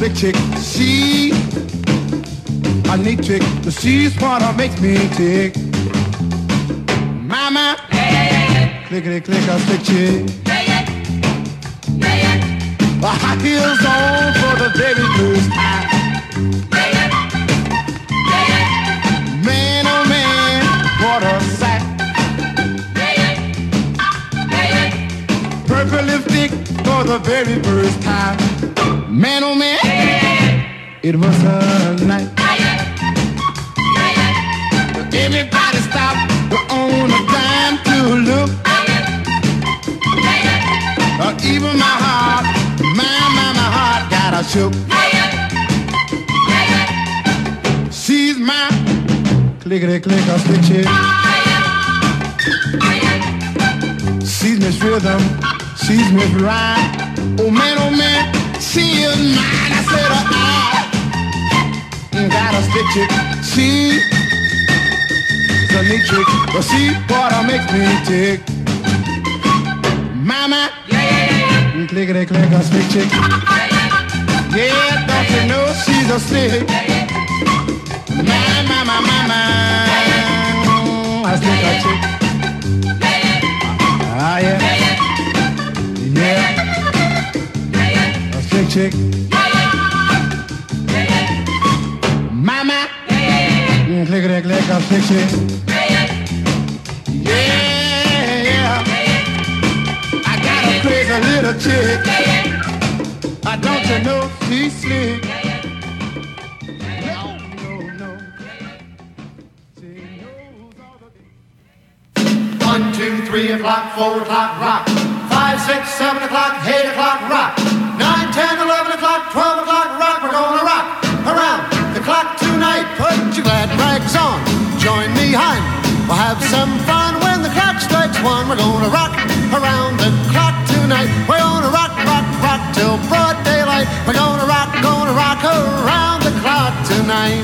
slick chick. She a neat chick. She's what makes me tick. Mama, clickety click, a slick chick. High heels on for the baby blues. Man, oh man, what a sight. Purple lipstick for the very first time. Man, oh man, it was a night. Everybody stopped on a dime to look. Even my heart, my heart got a shook. She's my clickety click, a slick chick. She's Miss Rhythm, she's Miss Rhyme. Oh man, she is mine. I said, got a slick chick. She's a neat chick, but she what makes me tick. Mama, clickety click, a slick chick. Yeah, don't you know she's a slick. My, a slick a chick. Ah yeah, yeah, a slick chick. Mama, clickety click, a slick chick. Yeah, I got a crazy little chick. Don't you know she's slick? No. She knows all the 1, 2, 3 o'clock, 4 o'clock, rock. 5, 6, 7 o'clock, 8 o'clock, rock. 9, 10, 11 o'clock, 12 o'clock, rock. We're gonna rock around the clock tonight. Put your glad rags on, join me behind. We'll have some fun when the clock strikes 1. We're gonna rock around the clock tonight. We're gonna rock till broad daylight. We're gonna rock around the clock tonight.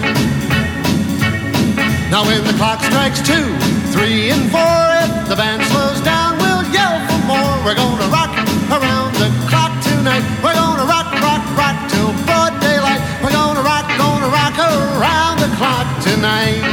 Now when the clock strikes 2, 3, and 4, if the band slows down, we'll yell for more. We're gonna rock around the clock tonight. We're gonna rock till broad daylight. We're gonna rock around the clock tonight.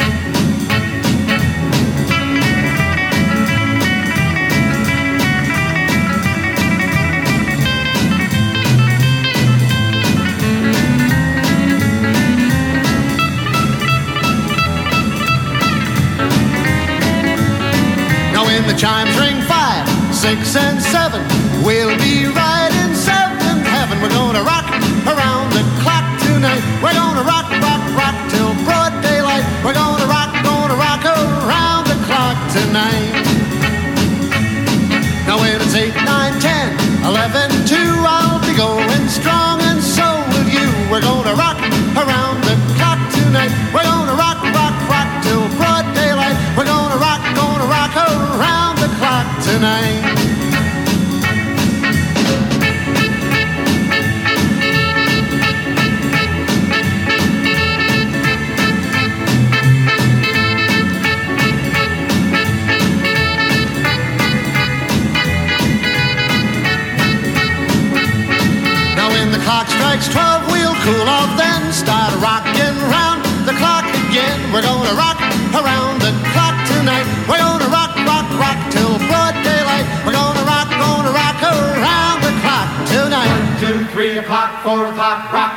The chimes ring 5, 6, and 7. We'll be right in 7th heaven. We're gonna rock around the clock tonight. We're gonna rock till broad daylight. We're gonna rock around the clock tonight. Now when it's 8, 9, 10, 11, 2, I'll be going strong, and so will you. We're gonna rock around the clock tonight. We're gonna rock till broad daylight. We're gonna rock around the clock tonight. Now when the clock strikes 12, we'll cool off, then start rocking round the clock again. We're gonna rock around the clock tonight. We're gonna rock till broad daylight. We're gonna rock around the clock tonight. 1, 2, 3 o'clock, 4 o'clock, rock.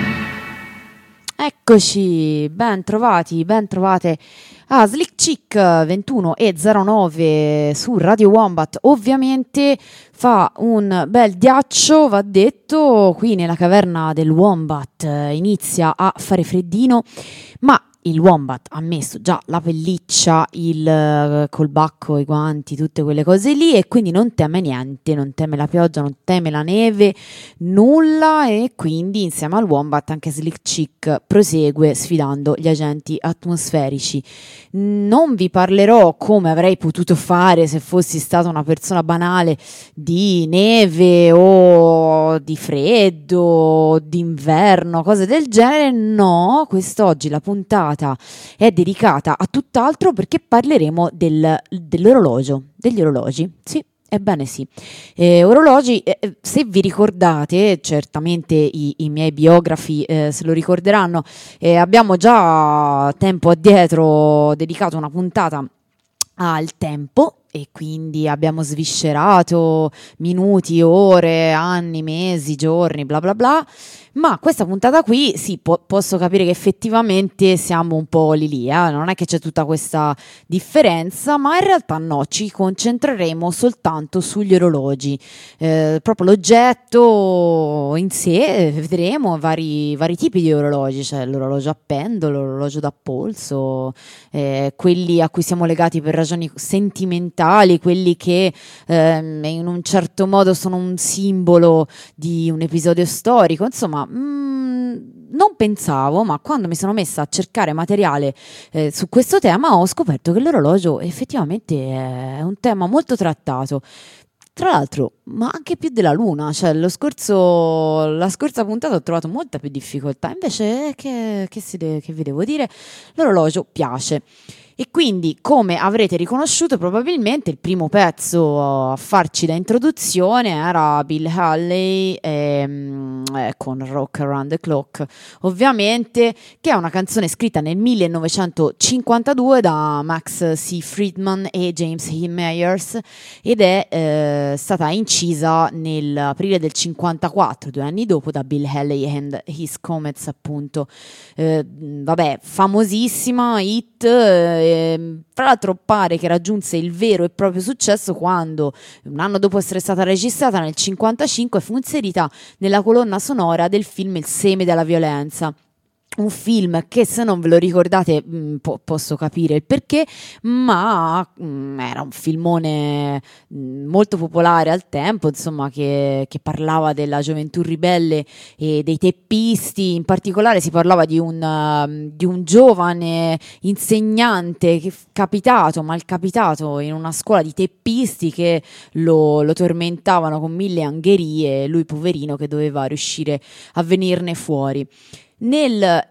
Eccoci, ben trovate a Slick Chick 21:09 su Radio Wombat. Ovviamente fa un bel ghiaccio, va detto, qui nella caverna del Wombat inizia a fare freddino, ma il Wombat ha messo già la pelliccia, il colbacco, i guanti, tutte quelle cose lì, e quindi non teme niente, non teme la pioggia, non teme la neve, nulla, e quindi insieme al Wombat anche Slick Chick prosegue sfidando gli agenti atmosferici. Non vi parlerò, come avrei potuto fare se fossi stata una persona banale, di neve o di freddo, d'inverno, cose del genere. No, quest'oggi la puntata è dedicata a tutt'altro, perché parleremo dell'orologio, degli orologi. Sì, Ebbene sì, orologi, se vi ricordate, certamente i miei biografi se lo ricorderanno, abbiamo già tempo addietro dedicato una puntata al tempo e quindi abbiamo sviscerato minuti, ore, anni, mesi, giorni, bla bla bla, ma questa puntata qui sì, posso capire che effettivamente siamo un po' lì, non è che c'è tutta questa differenza, ma in realtà no, ci concentreremo soltanto sugli orologi, proprio l'oggetto in sé, vedremo vari tipi di orologi, c'è l'orologio a pendolo, l'orologio da polso, quelli a cui siamo legati per ragioni sentimentali, quelli che in un certo modo sono un simbolo di un episodio storico, insomma, non pensavo, ma quando mi sono messa a cercare materiale su questo tema ho scoperto che l'orologio effettivamente è un tema molto trattato. Tra l'altro, ma anche più della luna, cioè la scorsa puntata ho trovato molta più difficoltà, invece che vi devo dire, l'orologio piace. E quindi, come avrete riconosciuto, probabilmente il primo pezzo a farci da introduzione era Bill Haley con Rock Around the Clock, ovviamente, che è una canzone scritta nel 1952 da Max C. Friedman e James E. Myers ed è stata incisa nell'aprile del 54, 2 anni dopo, da Bill Haley and His Comets, appunto. Vabbè, famosissima hit. Tra l'altro pare che raggiunse il vero e proprio successo quando, un anno dopo essere stata registrata nel 55, fu inserita nella colonna sonora del film Il seme della violenza. Un film che, se non ve lo ricordate, posso capire il perché, ma era un filmone molto popolare al tempo, insomma, che parlava della gioventù ribelle e dei teppisti. In particolare si parlava di un giovane insegnante malcapitato in una scuola di teppisti che lo tormentavano con 1000 angherie, lui poverino che doveva riuscire a venirne fuori. Nel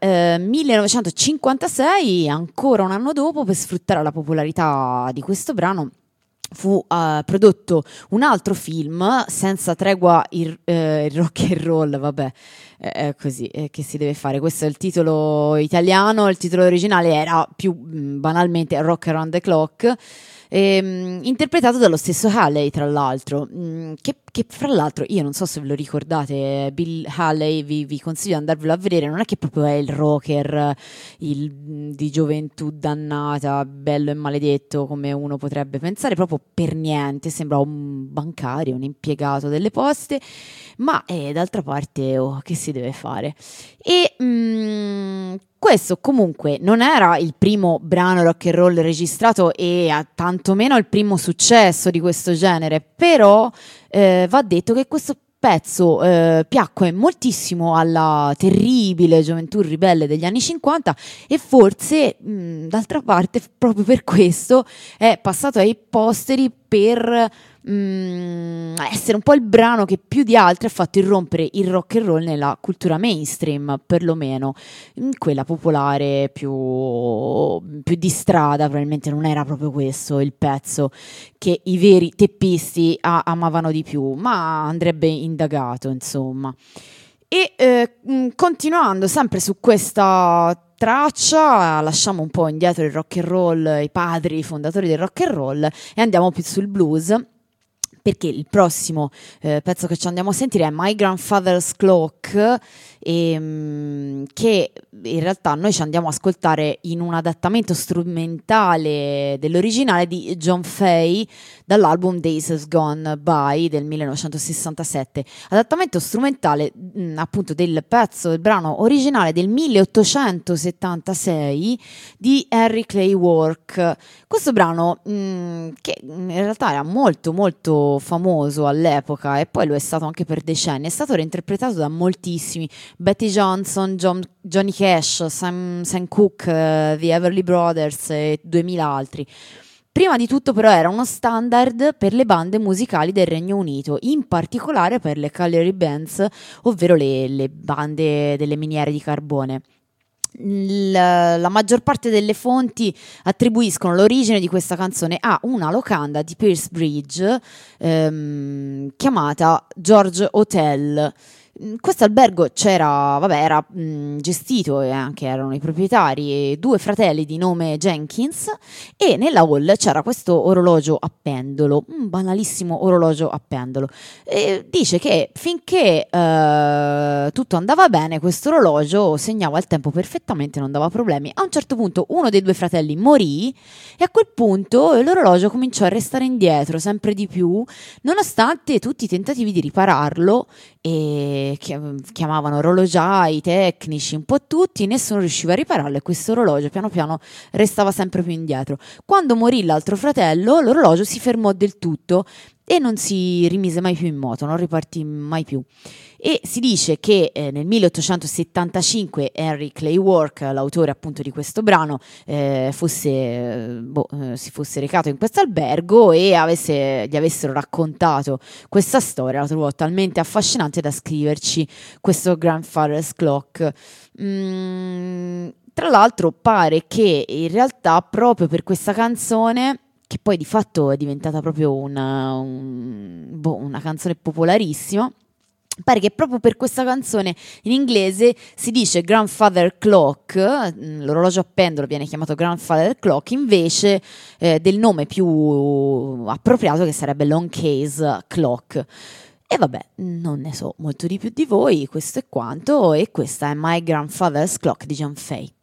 1956, ancora un anno dopo, per sfruttare la popolarità di questo brano, fu prodotto un altro film, Senza tregua il rock and roll, vabbè, è così che si deve fare. Questo è il titolo italiano, il titolo originale era più banalmente Rock Around the Clock, interpretato dallo stesso Haley, tra l'altro, che fra l'altro io non so se ve lo ricordate, Bill Haley, vi consiglio di andarvelo a vedere, non è che proprio è il rocker di gioventù dannata, bello e maledetto come uno potrebbe pensare, proprio per niente, sembra un bancario, un impiegato delle poste, ma d'altra parte che si deve fare? E questo comunque non era il primo brano rock and roll registrato e tantomeno il primo successo di questo genere, però va detto che questo pezzo piacque moltissimo alla terribile gioventù ribelle degli anni 50 e forse d'altra parte proprio per questo è passato ai posteri per essere un po' il brano che più di altri ha fatto irrompere il rock and roll nella cultura mainstream, perlomeno in quella popolare più di strada. Probabilmente non era proprio questo il pezzo che i veri teppisti amavano di più, ma andrebbe indagato, insomma. E continuando sempre su questa traccia, lasciamo un po' indietro il rock and roll, i padri, i fondatori del rock and roll, e andiamo più sul blues, perché il prossimo pezzo che ci andiamo a sentire è My Grandfather's Clock, che in realtà noi ci andiamo a ascoltare in un adattamento strumentale dell'originale di John Fay dall'album Days Has Gone By del 1967, adattamento strumentale appunto del brano originale del 1876 di Henry Clay Work. Questo brano che in realtà era molto molto famoso all'epoca e poi lo è stato anche per decenni, è stato reinterpretato da moltissimi: Betty Johnson, Johnny Cash, Sam Cooke, The Everly Brothers e 2000 altri. Prima di tutto però era uno standard per le bande musicali del Regno Unito, in particolare per le colliery bands, ovvero le bande delle miniere di carbone. la maggior parte delle fonti attribuiscono l'origine di questa canzone a una locanda di Piercebridge chiamata George Hotel. Questo albergo era gestito, e anche erano i proprietari, due fratelli di nome Jenkins, e nella hall c'era questo orologio a pendolo, un banalissimo orologio a pendolo. E dice che finché tutto andava bene, questo orologio segnava il tempo perfettamente, non dava problemi. A un certo punto uno dei due fratelli morì e a quel punto l'orologio cominciò a restare indietro sempre di più, nonostante tutti i tentativi di ripararlo, e chiamavano orologiai, tecnici, un po' tutti, nessuno riusciva a ripararlo e questo orologio piano piano restava sempre più indietro. Quando morì l'altro fratello, l'orologio si fermò del tutto e non si rimise mai più in moto, non ripartì mai più. E si dice che nel 1875 Henry Clay Work, l'autore appunto di questo brano, si fosse recato in questo albergo e gli avessero raccontato questa storia. La trovò talmente affascinante da scriverci questo Grandfather's Clock. Tra l'altro pare che in realtà proprio per questa canzone, che poi di fatto è diventata proprio una canzone popolarissima, pare che proprio per questa canzone in inglese si dice grandfather clock, l'orologio a pendolo viene chiamato grandfather clock invece del nome più appropriato, che sarebbe long case clock. E vabbè, non ne so molto di più di voi, questo è quanto, e questa è My Grandfather's Clock di John Fay.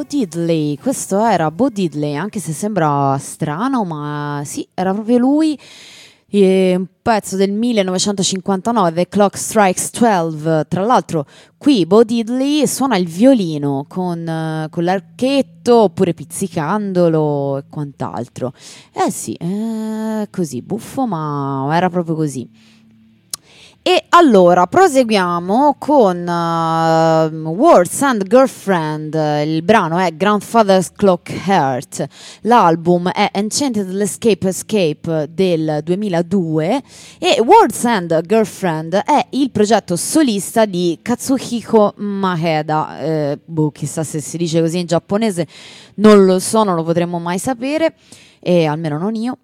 Bo Diddley. Questo era Bo Diddley, anche se sembra strano, ma sì, era proprio lui. Un pezzo del 1959, The Clock Strikes 12. Tra l'altro qui Bo Diddley suona il violino con l'archetto oppure pizzicandolo e quant'altro. Sì, così, buffo, ma era proprio così. E allora proseguiamo con Words and Girlfriend. Il brano è Grandfather's Clock Heart, l'album è Enchanted Escape del 2002 e Words and Girlfriend è il progetto solista di Katsuhiko Maeda. Chissà se si dice così in giapponese, non lo so, non lo potremmo mai sapere, almeno non io.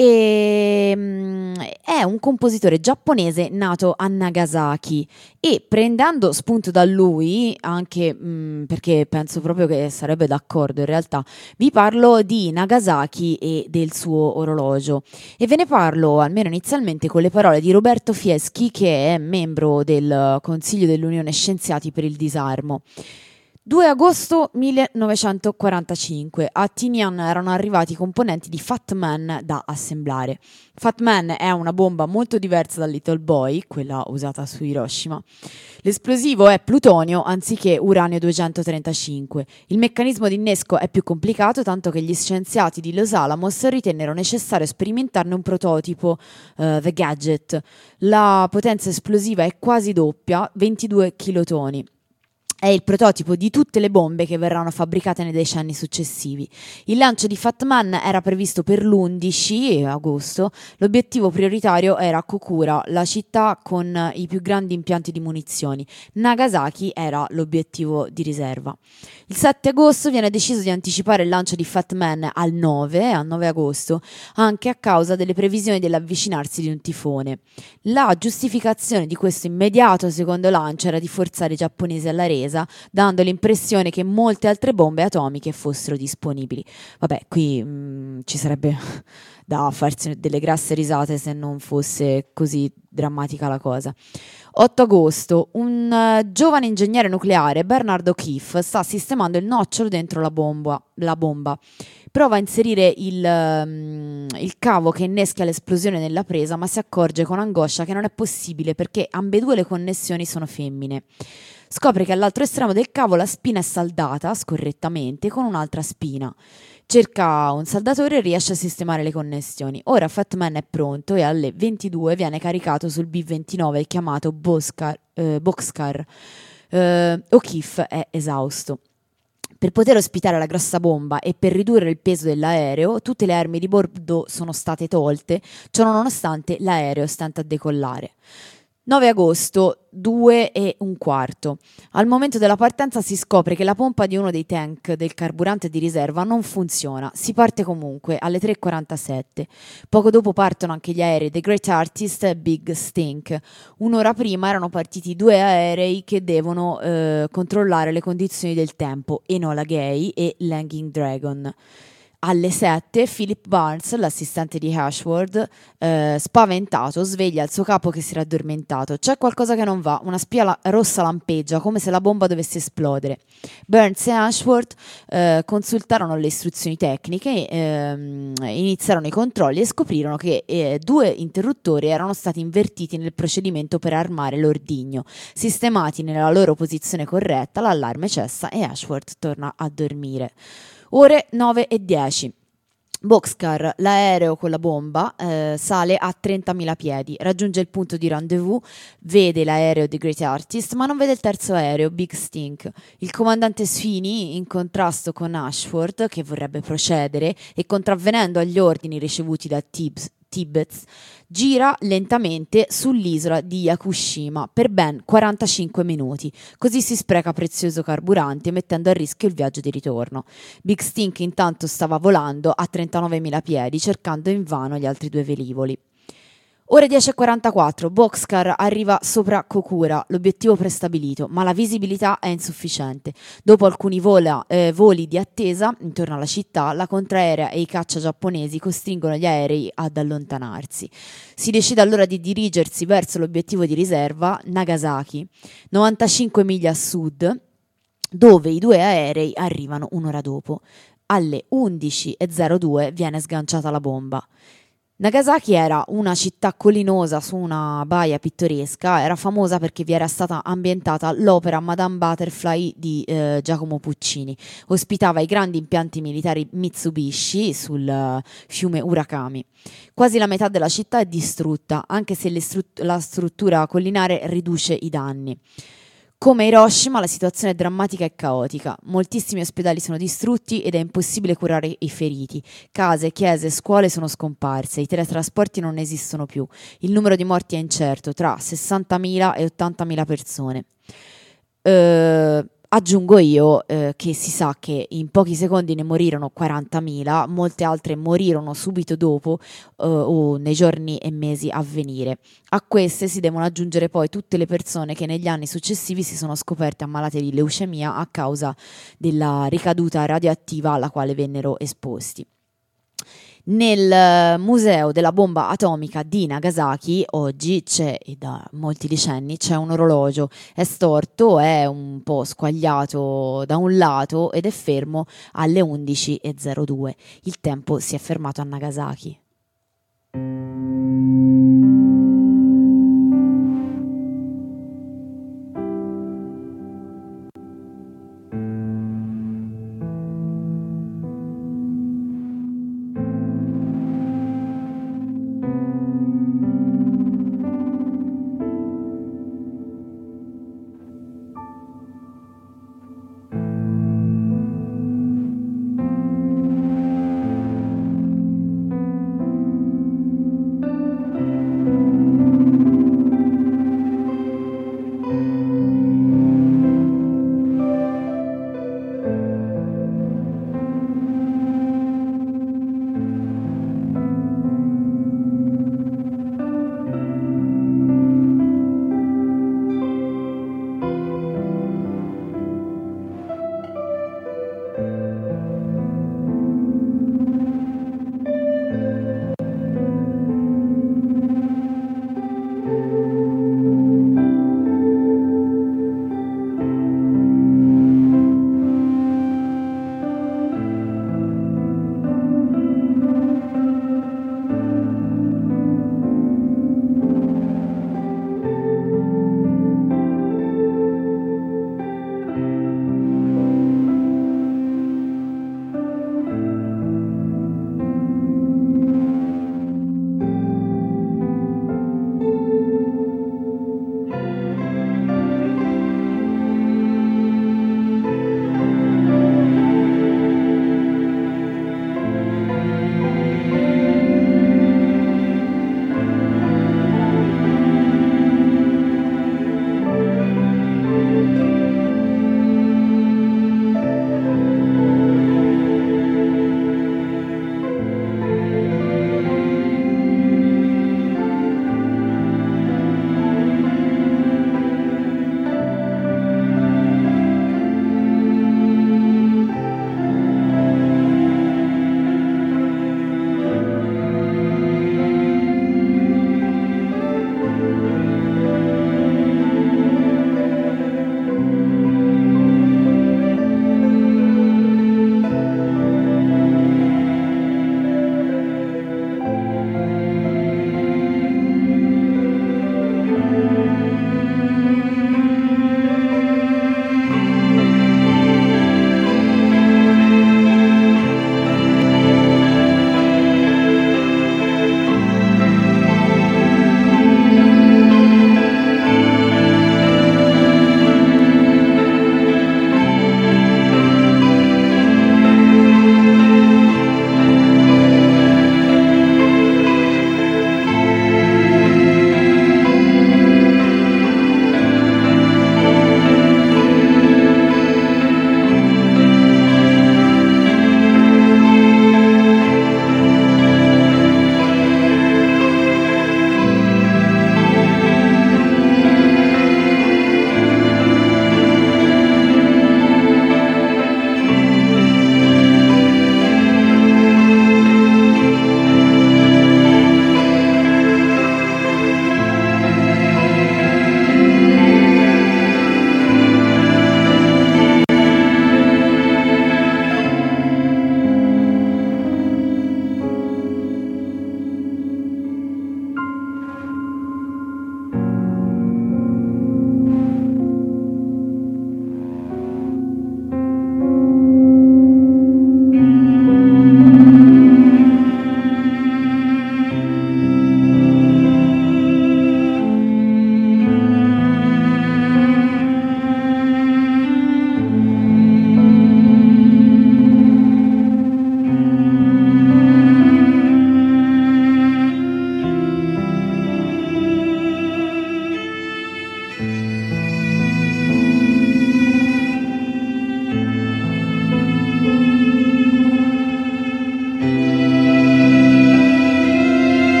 È un compositore giapponese nato a Nagasaki e, prendendo spunto da lui, anche perché penso proprio che sarebbe d'accordo in realtà, vi parlo di Nagasaki e del suo orologio, e ve ne parlo almeno inizialmente con le parole di Roberto Fieschi, che è membro del Consiglio dell'Unione Scienziati per il Disarmo. 2 agosto 1945, a Tinian erano arrivati i componenti di Fat Man da assemblare. Fat Man è una bomba molto diversa dal Little Boy, quella usata su Hiroshima. L'esplosivo è plutonio anziché uranio 235. Il meccanismo di innesco è più complicato, tanto che gli scienziati di Los Alamos ritennero necessario sperimentarne un prototipo, The Gadget. La potenza esplosiva è quasi doppia, 22 kilotoni. È il prototipo di tutte le bombe che verranno fabbricate nei decenni successivi. Il lancio di Fat Man era previsto per l'11 agosto. L'obiettivo prioritario era Kokura, la città con i più grandi impianti di munizioni. Nagasaki era l'obiettivo di riserva. Il 7 agosto viene deciso di anticipare il lancio di Fat Man al 9 agosto, anche a causa delle previsioni dell'avvicinarsi di un tifone. La giustificazione di questo immediato secondo lancio era di forzare i giapponesi alla resa, dando l'impressione che molte altre bombe atomiche fossero disponibili. Vabbè, qui ci sarebbe da farsi delle grasse risate se non fosse così drammatica la cosa. 8 agosto, un giovane ingegnere nucleare, Bernard O'Keefe, sta sistemando il nocciolo dentro la bomba. Prova a inserire il cavo che innesca l'esplosione nella presa, ma si accorge con angoscia che non è possibile perché ambedue le connessioni sono femmine. Scopre che all'altro estremo del cavo la spina è saldata scorrettamente con un'altra spina. Cerca un saldatore e riesce a sistemare le connessioni. Ora Fat Man è pronto e alle 22 viene caricato sul B-29 chiamato Boxcar. O'Keefe è esausto. Per poter ospitare la grossa bomba e per ridurre il peso dell'aereo, tutte le armi di bordo sono state tolte, ciò nonostante l'aereo stenta a decollare. 9 agosto, 2:15. Al momento della partenza si scopre che la pompa di uno dei tank del carburante di riserva non funziona. Si parte comunque alle 3:47. Poco dopo partono anche gli aerei The Great Artist e Big Stink. Un'ora prima erano partiti 2 aerei che devono controllare le condizioni del tempo, Enola Gay e Langing Dragon. Alle 7 Philip Barnes, l'assistente di Ashworth, spaventato, sveglia il suo capo che si era addormentato. C'è qualcosa che non va, una spia rossa lampeggia come se la bomba dovesse esplodere. Burns e Ashworth consultarono le istruzioni tecniche, iniziarono i controlli e scoprirono che 2 interruttori erano stati invertiti nel procedimento per armare l'ordigno. Sistemati nella loro posizione corretta, l'allarme cessa e Ashworth torna a dormire. Ore 9:10. Boxcar, l'aereo con la bomba, sale a 30.000 piedi, raggiunge il punto di rendezvous, vede l'aereo The Great Artist, ma non vede il terzo aereo, Big Stink. Il comandante Sweeney, in contrasto con Ashworth, che vorrebbe procedere, e contravvenendo agli ordini ricevuti da Tibbets, gira lentamente sull'isola di Yakushima per ben 45 minuti, così si spreca prezioso carburante mettendo a rischio il viaggio di ritorno. Big Stink intanto stava volando a 39.000 piedi cercando invano gli altri 2 velivoli. Ore 10:44, Boxcar arriva sopra Kokura, l'obiettivo prestabilito, ma la visibilità è insufficiente. Dopo alcuni voli di attesa intorno alla città, la contraerea e i caccia giapponesi costringono gli aerei ad allontanarsi. Si decide allora di dirigersi verso l'obiettivo di riserva, Nagasaki, 95 miglia a sud. dove i due aerei arrivano un'ora dopo. Alle 11:02 viene sganciata la bomba. Nagasaki era una città collinosa su una baia pittoresca, era famosa perché vi era stata ambientata l'opera Madame Butterfly di Giacomo Puccini. Ospitava i grandi impianti militari Mitsubishi sul fiume Urakami. Quasi la metà della città è distrutta, anche se la struttura collinare riduce i danni. Come Hiroshima, la situazione è drammatica e caotica. Moltissimi ospedali sono distrutti ed è impossibile curare i feriti. Case, chiese, scuole sono scomparse, i teletrasporti non esistono più. Il numero di morti è incerto, tra 60.000 e 80.000 persone. Aggiungo io che si sa che in pochi secondi ne morirono 40.000, molte altre morirono subito dopo o nei giorni e mesi a venire. A queste si devono aggiungere poi tutte le persone che negli anni successivi si sono scoperte ammalate di leucemia a causa della ricaduta radioattiva alla quale vennero esposti. Nel museo della bomba atomica di Nagasaki oggi c'è, e da molti decenni, c'è un orologio, è storto, è un po' squagliato da un lato ed è fermo alle 11:02. Il tempo si è fermato a Nagasaki.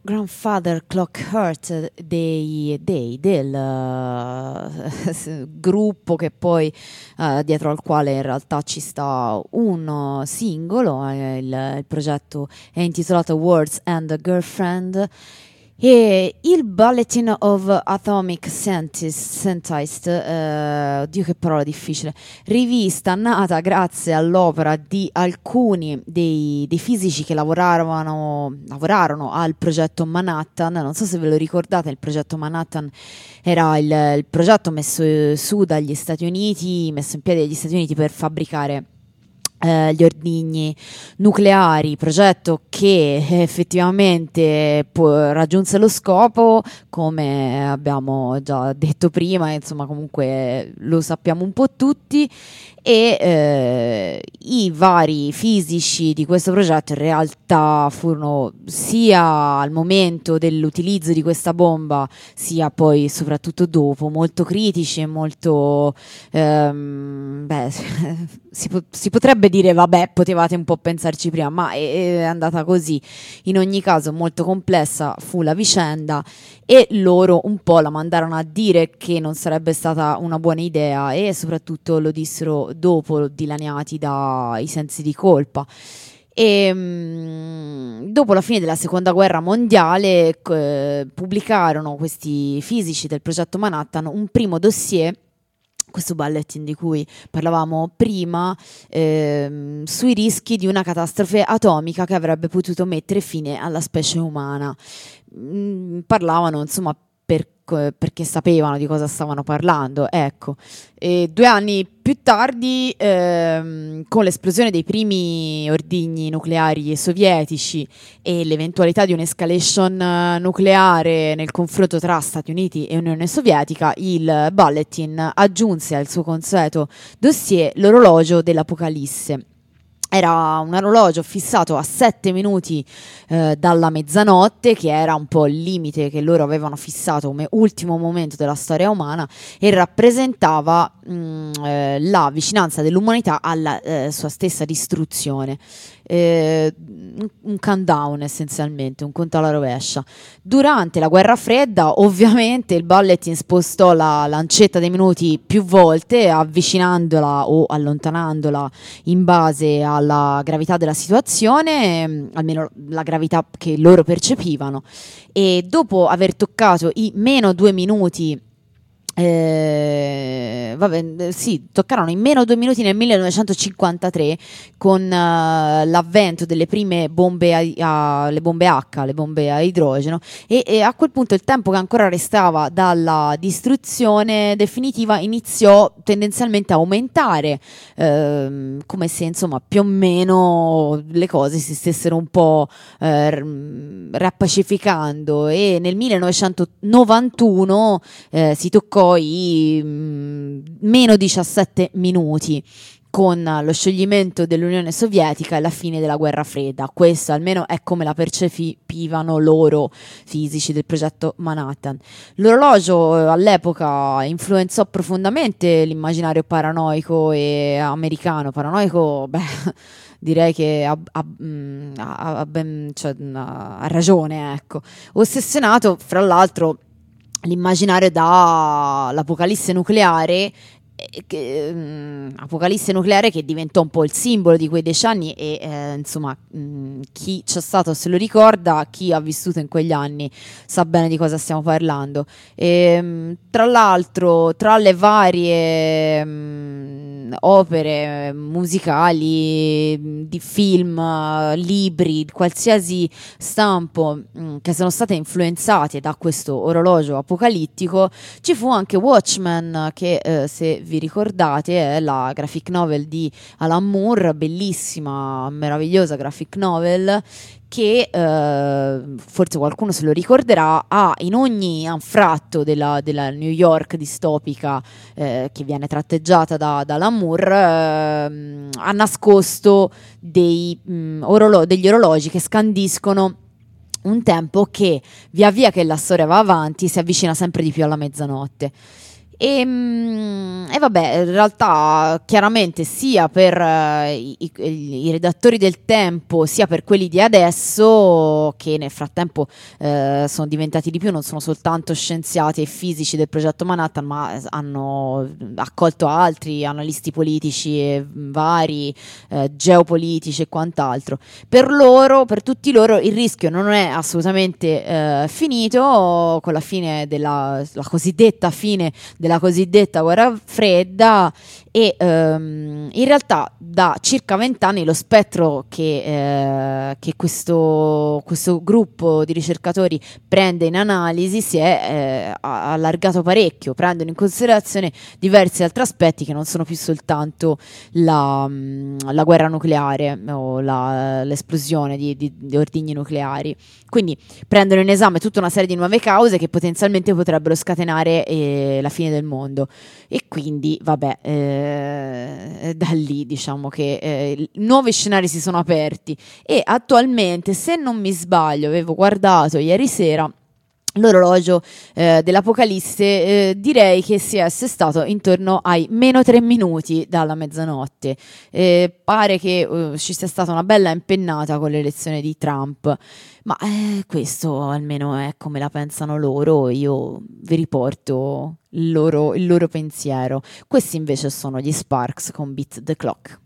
Grandfather Clock Heart del gruppo che poi dietro al quale in realtà ci sta un singolo, il progetto è intitolato Words and a Girlfriend. E il Bulletin of Atomic Scientist, Dio che parola difficile, rivista nata grazie all'opera di alcuni dei fisici che lavorarono al progetto Manhattan. Non so se ve lo ricordate, il progetto Manhattan era il progetto messo su dagli Stati Uniti, messo in piedi dagli Stati Uniti per fabbricare gli ordigni nucleari, progetto che effettivamente raggiunse lo scopo, come abbiamo già detto prima, insomma comunque lo sappiamo un po' tutti, e i vari fisici di questo progetto in realtà furono sia al momento dell'utilizzo di questa bomba sia poi soprattutto dopo molto critici e molto si potrebbe dire vabbè, potevate un po' pensarci prima, ma è andata così. In ogni caso molto complessa fu la vicenda e loro un po' la mandarono a dire che non sarebbe stata una buona idea, e soprattutto lo dissero dopo, dilaniati dai sensi di colpa. E dopo la fine della seconda guerra mondiale pubblicarono questi fisici del progetto Manhattan un primo dossier, questo bulletin di cui parlavamo prima, sui rischi di una catastrofe atomica che avrebbe potuto mettere fine alla specie umana. Parlavano insomma perché sapevano di cosa stavano parlando, ecco. E 2 anni più tardi, con l'esplosione dei primi ordigni nucleari sovietici e l'eventualità di un'escalation nucleare nel confronto tra Stati Uniti e Unione Sovietica, il Bulletin aggiunse al suo consueto dossier l'orologio dell'Apocalisse. Era un orologio fissato a 7 minuti dalla mezzanotte, che era un po' il limite che loro avevano fissato come ultimo momento della storia umana, e rappresentava la vicinanza dell'umanità alla sua stessa distruzione. Un countdown, essenzialmente, un conto alla rovescia. Durante la guerra fredda ovviamente il Bulletin spostò la lancetta dei minuti più volte, avvicinandola o allontanandola in base alla gravità della situazione, almeno la gravità che loro percepivano, e dopo aver toccato i meno 2 minuti, toccarono in meno 2 minuti nel 1953 con l'avvento delle prime bombe le bombe H, le bombe a idrogeno, e a quel punto il tempo che ancora restava dalla distruzione definitiva iniziò tendenzialmente a aumentare, come se insomma più o meno le cose si stessero un po' rappacificando, e nel 1991 si toccò i meno 17 minuti con lo scioglimento dell'Unione Sovietica e la fine della guerra fredda. Questo almeno è come la percepivano loro fisici del progetto Manhattan. L'orologio all'epoca influenzò profondamente l'immaginario paranoico e americano. Paranoico, direi che ha ragione, ecco. Ossessionato, fra l'altro, l'immaginario dall'apocalisse nucleare, che diventò un po' il simbolo di quei decenni, e insomma chi c'è stato se lo ricorda, chi ha vissuto in quegli anni sa bene di cosa stiamo parlando. Tra l'altro, tra le varie opere musicali, di film, libri, qualsiasi stampo che sono state influenzate da questo orologio apocalittico, ci fu anche Watchmen, che se vi ricordate è la graphic novel di Alan Moore, bellissima, meravigliosa graphic novel, che forse qualcuno se lo ricorderà, ha in ogni anfratto della New York distopica che viene tratteggiata da Alan Moore, ha nascosto degli orologi che scandiscono un tempo che via via che la storia va avanti si avvicina sempre di più alla mezzanotte. E vabbè, in realtà chiaramente sia per i redattori del tempo, sia per quelli di adesso, che nel frattempo sono diventati di più, non sono soltanto scienziati e fisici del progetto Manhattan, ma hanno accolto altri analisti politici e vari, geopolitici e quant'altro. Per loro, per tutti loro, il rischio non è assolutamente finito con la fine la cosiddetta fine della cosiddetta guerra fredda, e in realtà da circa 20 anni lo spettro che questo gruppo di ricercatori prende in analisi si è allargato parecchio, prendono in considerazione diversi altri aspetti che non sono più soltanto la guerra nucleare o l'esplosione di ordigni nucleari. Quindi prendono in esame tutta una serie di nuove cause che potenzialmente potrebbero scatenare la fine del mondo, e quindi vabbè, da lì diciamo che nuovi scenari si sono aperti, e attualmente, se non mi sbaglio, avevo guardato ieri sera l'orologio dell'Apocalisse, direi che si è assestato intorno ai -3 minuti dalla mezzanotte. Pare che ci sia stata una bella impennata con l'elezione di Trump, ma questo almeno è come la pensano loro. Io vi riporto il loro pensiero. Questi invece sono gli Sparks con Beat the Clock.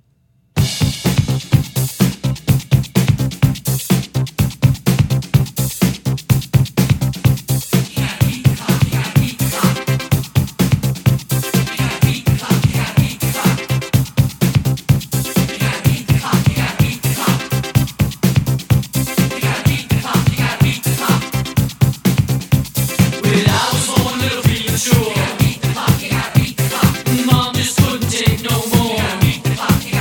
Mom just couldn't take no more.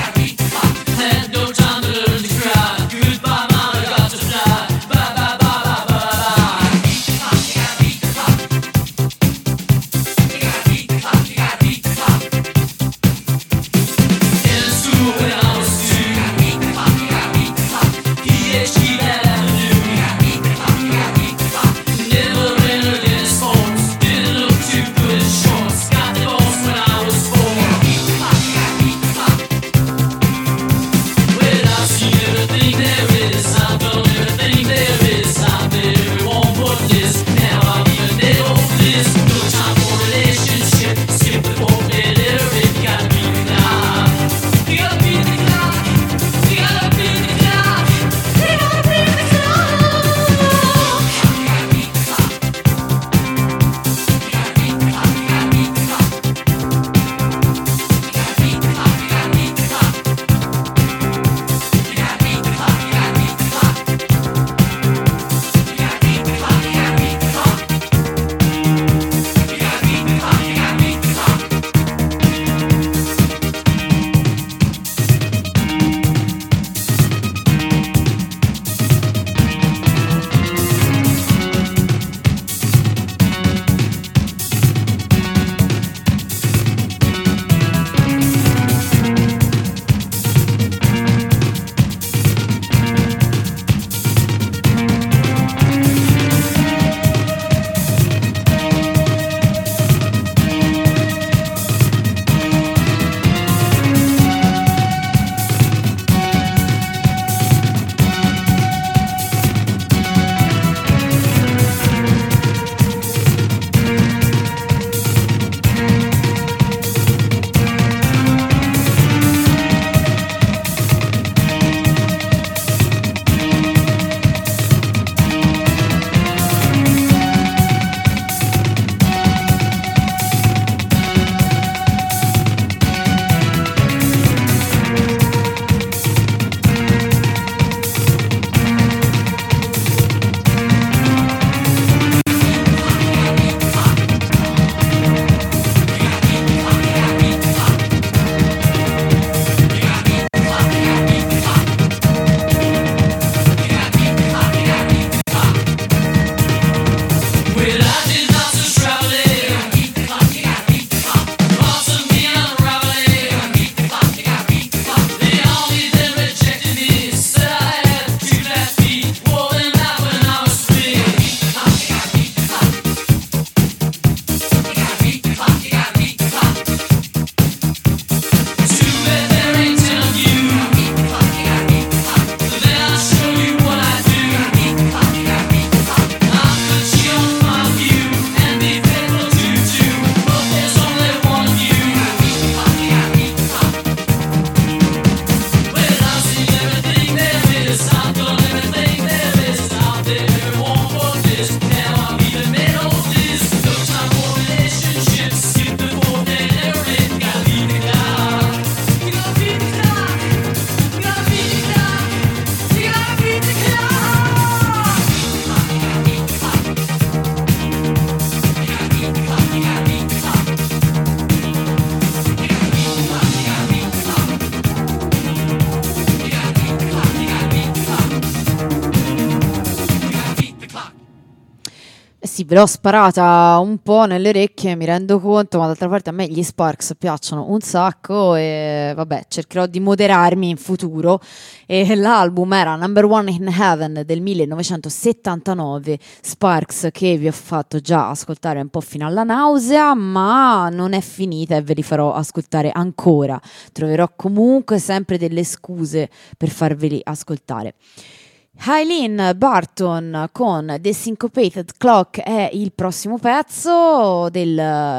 sì, ve l'ho sparata un po' nelle orecchie, mi rendo conto, ma d'altra parte a me gli Sparks piacciono un sacco e vabbè, cercherò di moderarmi in futuro. E l'album era Number One in Heaven del 1979, Sparks, che vi ho fatto già ascoltare un po' fino alla nausea, ma non è finita e ve li farò ascoltare ancora. Troverò comunque sempre delle scuse per farveli ascoltare. Eileen Barton con The Syncopated Clock è il prossimo pezzo del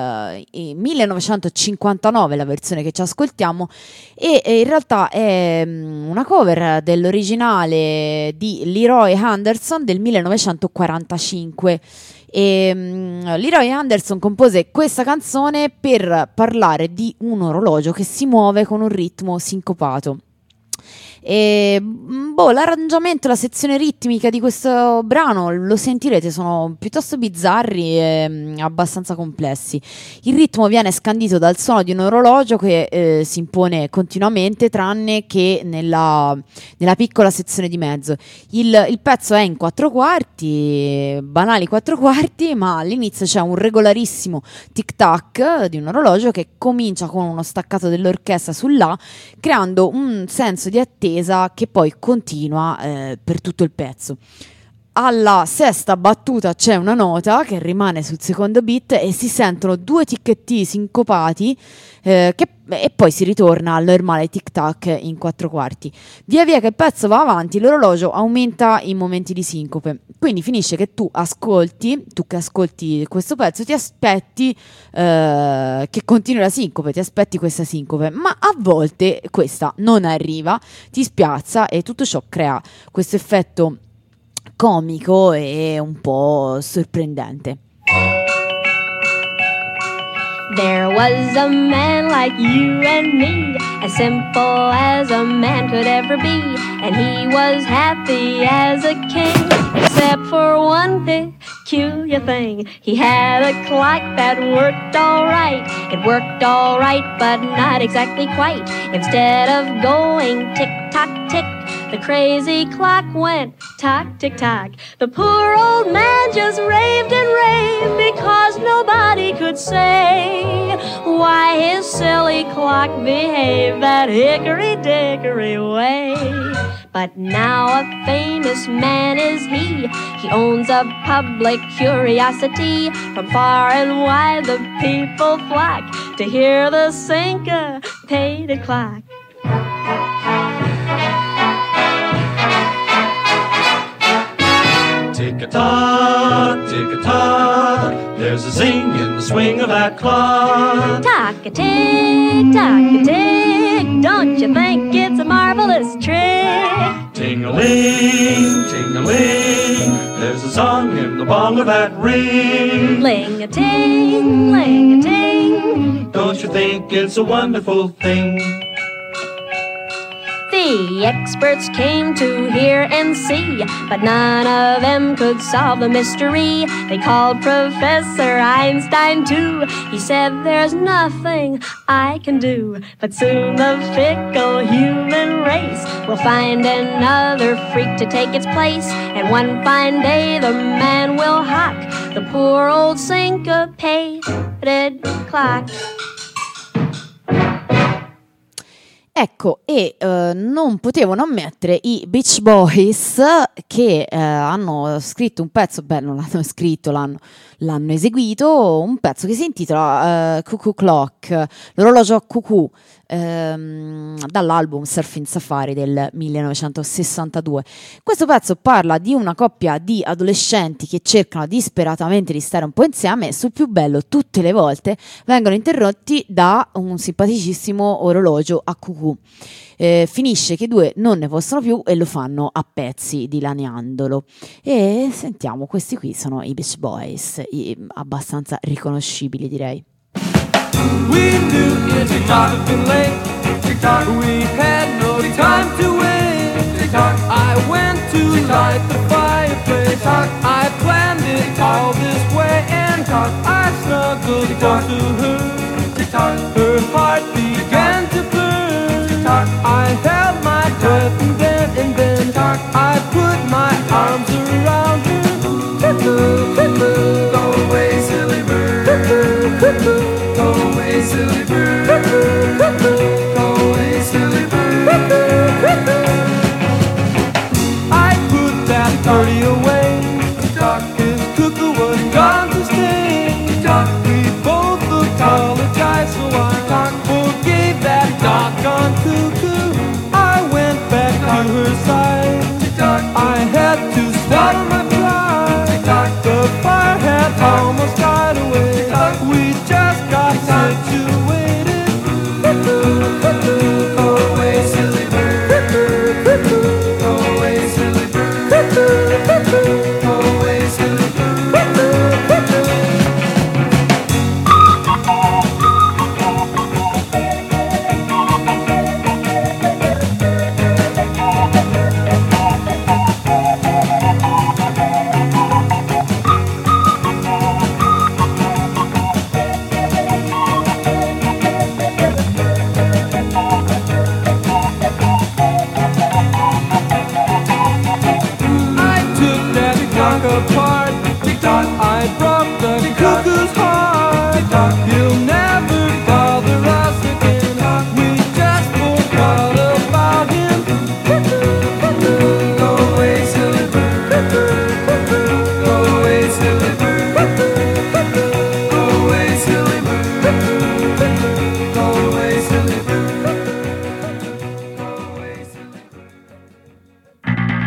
1959, la versione che ci ascoltiamo, e in realtà è una cover dell'originale di Leroy Anderson del 1945. Leroy Anderson compose questa canzone per parlare di un orologio che si muove con un ritmo sincopato. E l'arrangiamento, la sezione ritmica di questo brano, lo sentirete, sono piuttosto bizzarri e abbastanza complessi. Il ritmo viene scandito dal suono di un orologio che si impone continuamente, tranne che nella piccola sezione di mezzo. Il pezzo è in 4/4, banali 4/4, ma all'inizio c'è un regolarissimo tic-tac di un orologio che comincia con uno staccato dell'orchestra sull'A, creando un senso di attesa che poi continua per tutto il pezzo. Alla sesta battuta c'è una nota che rimane sul secondo beat e si sentono due ticchetti sincopati e poi si ritorna al normale tic-tac in 4/4. Via via che il pezzo va avanti, l'orologio aumenta in momenti di sincope. Quindi finisce che tu che ascolti questo pezzo, ti aspetti che continui la sincope, ti aspetti questa sincope, ma a volte questa non arriva, ti spiazza e tutto ciò crea questo effetto comico e un po' sorprendente. There was a man like you and me, as simple as a man could ever be, and he was happy as a king, except for one peculiar thing. He had a clock that worked all right. It worked all right, but not exactly quite. Instead of going tick-tock-tick, the crazy clock went tock-tick-tock. The poor old man just raved and raved because nobody could say why his silly clock behaved that hickory-dickory way. But now a famous man is he. He owns a public curiosity. From far and wide the people flock to hear the syncopated clock. Tick-a-tock, tick-a-tock, there's a zing in the swing of that clock. Tock-a-tick, tock-a-tick, don't you think it's a marvelous trick? Ting-a-ling, ting-a-ling, there's a song in the bong of that ring. Ling-a-ting, ling-a-ting, don't you think it's a wonderful thing? The experts came to hear and see, but none of them could solve the mystery. They called Professor Einstein too. He said there's nothing I can do. But soon the fickle human race will find another freak to take its place. And one fine day the man will hock the poor old syncopated clock. Ecco, e non potevo non mettere i Beach Boys che hanno scritto un pezzo, non l'hanno scritto, l'hanno eseguito, un pezzo che si intitola Cuckoo Clock, l'orologio a cucù, dall'album Surfing Safari del 1962. Questo pezzo parla di una coppia di adolescenti che cercano disperatamente di stare un po' insieme e sul più bello tutte le volte vengono interrotti da un simpaticissimo orologio a cucù. Finisce che i due non ne possono più e lo fanno a pezzi dilaniandolo. E sentiamo, questi qui sono i Beach Boys, abbastanza riconoscibili direi. We knew tick-tock been late, tick-tock, we had no time to wait, tick-tock, I went to light the fireplace, tick-tock, I planned it all this way, and tick-tock, I snuggled close to her, tick-tock, her heart began to burn, tick-tock, I held my breath and then tick-tock, I put my arms around her, cuckoo, cuckoo, Go away, silly bird. Go away, silly bird. Go away, silly bird. I took that peacock apart. Peacock, I broke the cuckoo's heart. Peacock, he'll never bother us again. We just forgot about him. Go away, silly bird. Go away, silly bird. Go away, silly bird. Go away, silly bird. Go away, silly bird.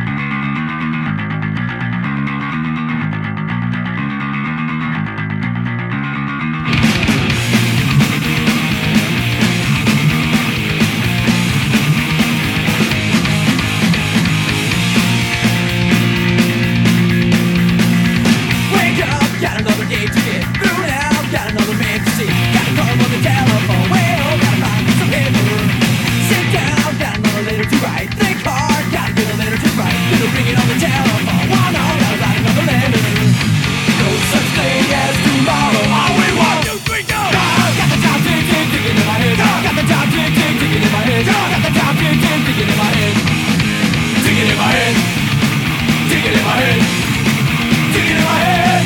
Wake up, got another day to get through now. Got another man to see. Gotta call him on the telephone. Well, gotta find some paper. Sit down, got another letter to write. Think hard, gotta get a letter to write. Gonna ring it on the telephone. One on, gotta write another letter. No such thing as tomorrow. All we want, 2, 3, go. Got the top tick, tick, ticking in my head. Got the top tick, tick, ticking in my head. Got the top tick, tick, ticking in my head. Ticking in my head. Ticking in my head. Ticking in my head.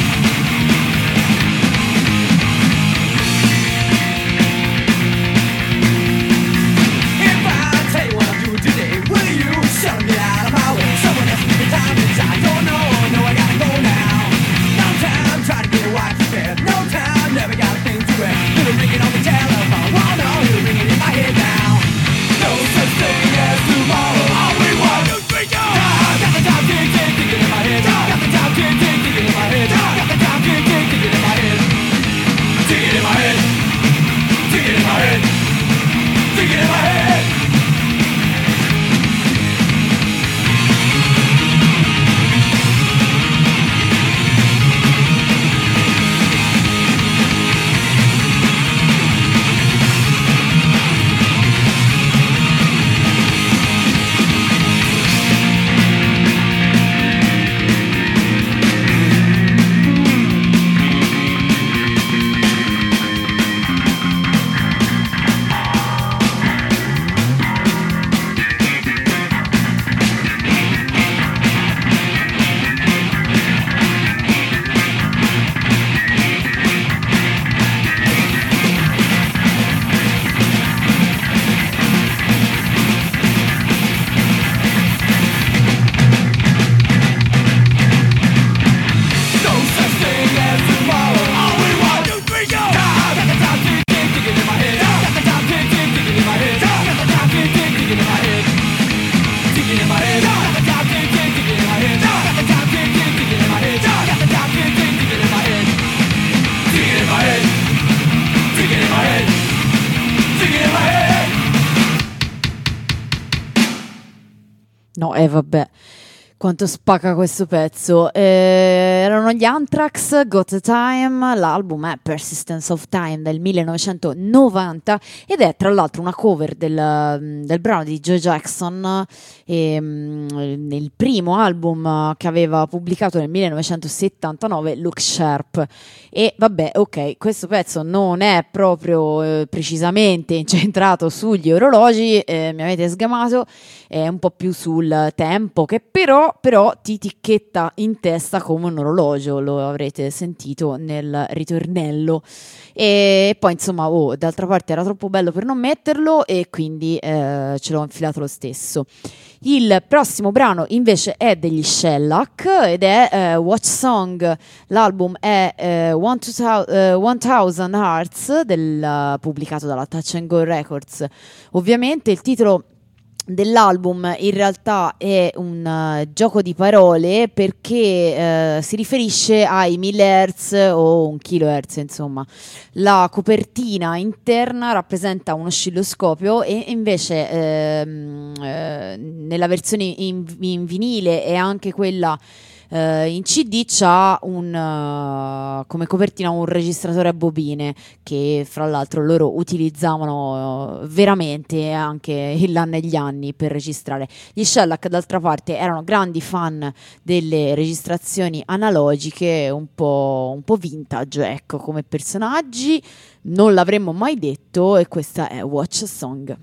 If I tell you what I'm doing today, will you shut me out of my way? Someone has to give me time inside. Don't know, no, I gotta go now. No time, trying to get a wife to bed. No time, never got a thing to wear. Gonna ring it on the telephone. Oh no, you're ringing in my head now. No such thing as tomorrow. All we want, 2, 3, go. Got the top tick, tick, ticking in my head. Got the top tick, tick, ticking in my head. Got the top tick, tick, ticking in my head. Ticking in my head. Ticking in my head. Ticking in my head. No such thing as tomorrow. All we want, 2, 3, go. Got the top tick, tick, ticking in my head. Got the top tick, tick, ticking in my head. Got the top tick, tick, ticking in my head. Ticking in my head. Got the top tick, tick, ticking in my head. Got the top tick, tick, ticking in my head. Got the top tick, tick, ticking in my head. Ticking in my head. Ticking in my head. Ticking in my head. No, vabbè, quanto spacca questo pezzo. Erano gli Anthrax, Got the Time, l'album è Persistence of Time del 1990 ed è tra l'altro una cover del brano di Joe Jackson, nel primo album che aveva pubblicato nel 1979, Look Sharp. E vabbè, ok, questo pezzo non è proprio precisamente incentrato sugli orologi, mi avete sgamato, è un po' più sul tempo, che però ti ticchetta in testa come un orologio, lo avrete sentito nel ritornello. E poi insomma, d'altra parte era troppo bello per non metterlo e quindi ce l'ho infilato lo stesso. Il prossimo brano invece è degli Shellac ed è Watch Song. L'album è 1000 Hearts pubblicato dalla Touch and Go Records. Ovviamente il titolo dell'album in realtà è un gioco di parole, perché si riferisce ai 1000 Hz o 1 kHz, insomma. La copertina interna rappresenta un oscilloscopio, e invece nella versione in vinile e anche quella in CD c'ha come copertina un registratore a bobine, che fra l'altro loro utilizzavano veramente anche in là negli anni per registrare. Gli Shellac d'altra parte erano grandi fan delle registrazioni analogiche, un po' vintage, ecco, come personaggi. Non l'avremmo mai detto, e questa è Watch a Song.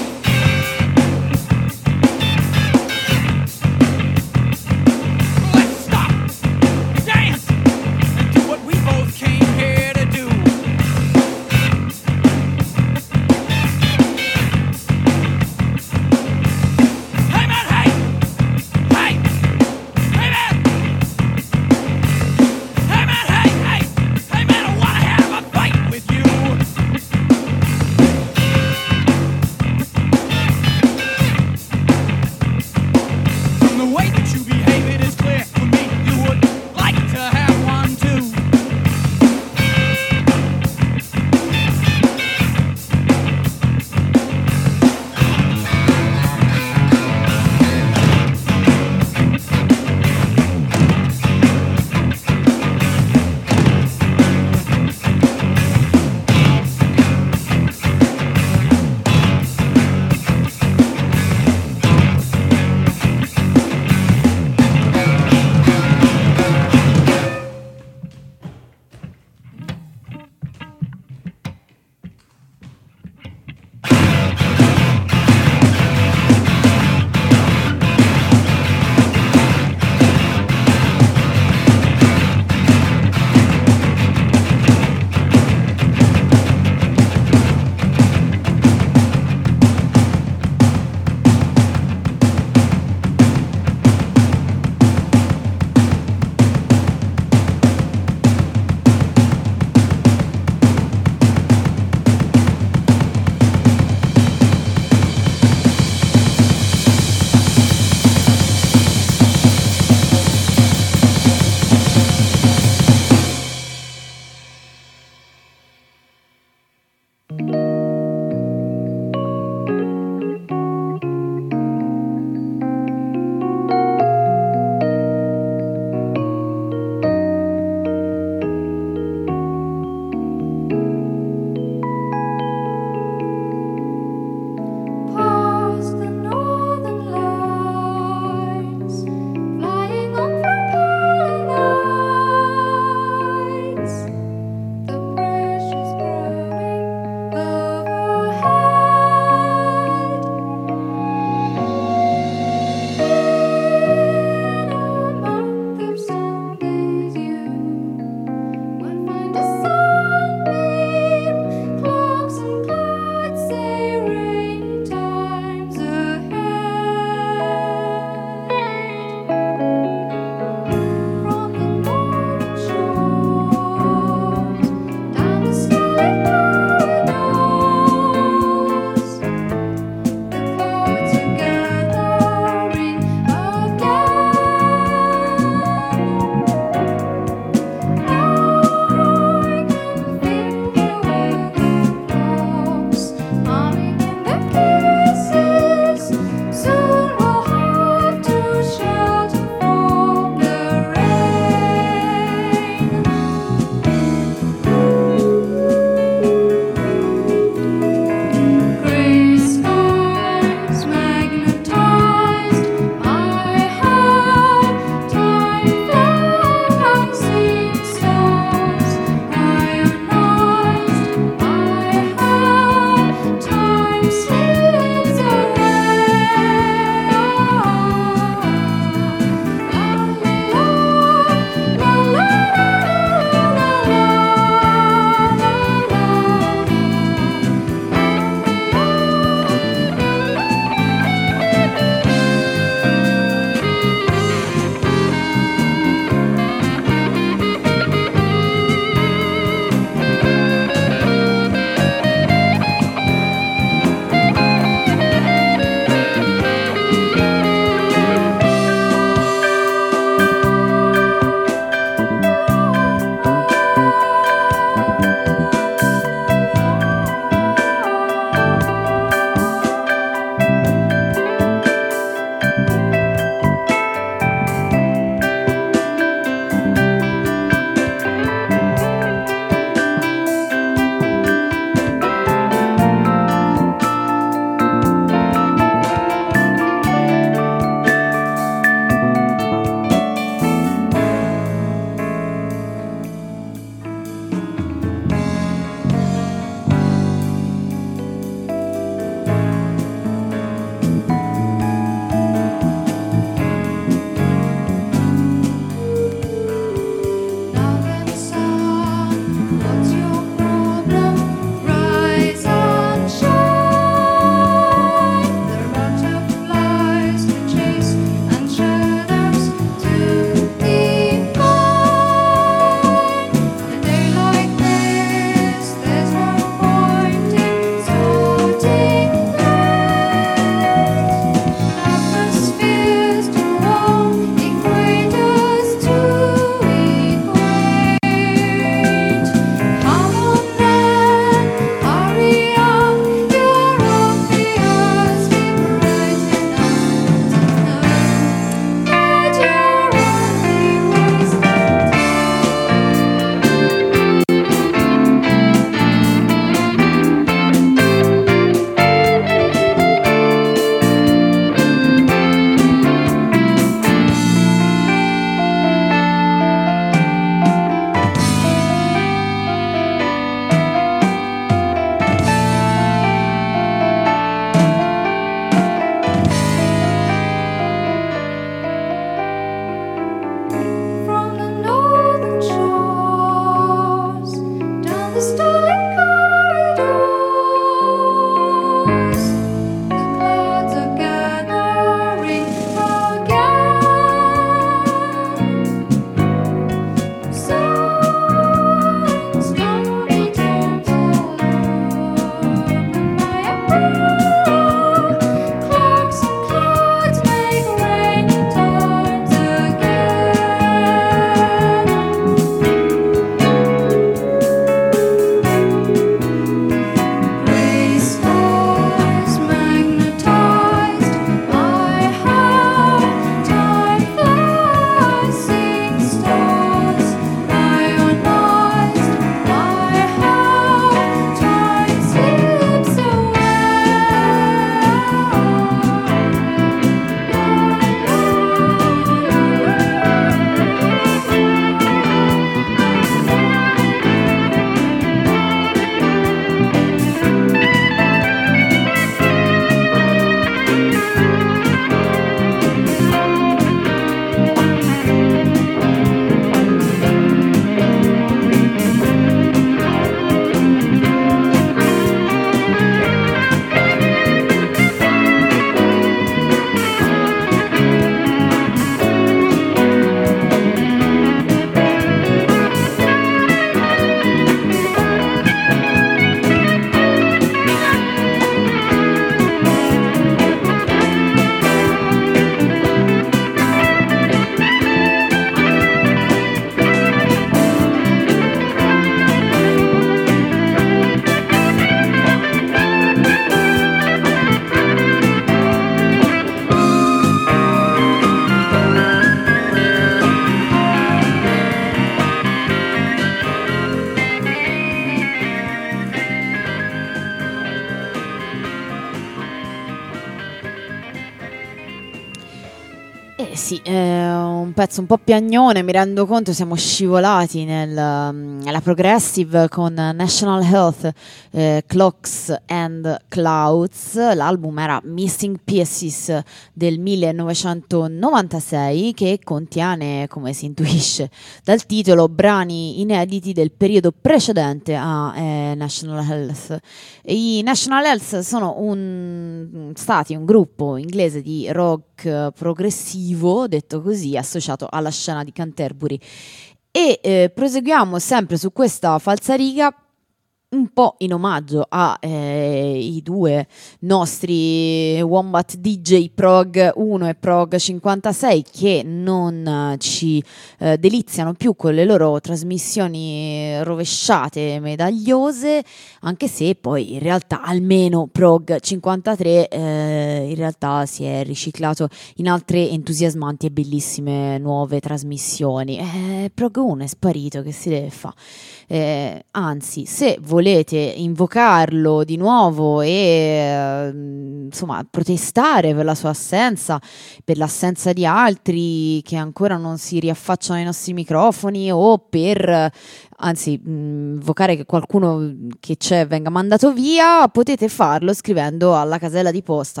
sì, un pezzo un po' piagnone, mi rendo conto, siamo scivolati nella progressive con National Health, Clocks and Clouds. L'album era Missing Pieces del 1996, che contiene, come si intuisce dal titolo, brani inediti del periodo precedente a National Health. I National Health sono stati un gruppo inglese di rock progressivo, detto così, associato alla scena di Canterbury. E proseguiamo sempre su questa falsariga, un po' in omaggio a i due nostri Wombat DJ Prog 1 e Prog 56, che non ci deliziano più con le loro trasmissioni rovesciate, medagliose, anche se poi in realtà almeno Prog 53 in realtà si è riciclato in altre entusiasmanti e bellissime nuove trasmissioni. Prog 1 è sparito, che si deve fare? Anzi, se volete invocarlo di nuovo e insomma protestare per la sua assenza, per l'assenza di altri che ancora non si riaffacciano ai nostri microfoni, o per invocare che qualcuno che c'è venga mandato via, potete farlo scrivendo alla casella di posta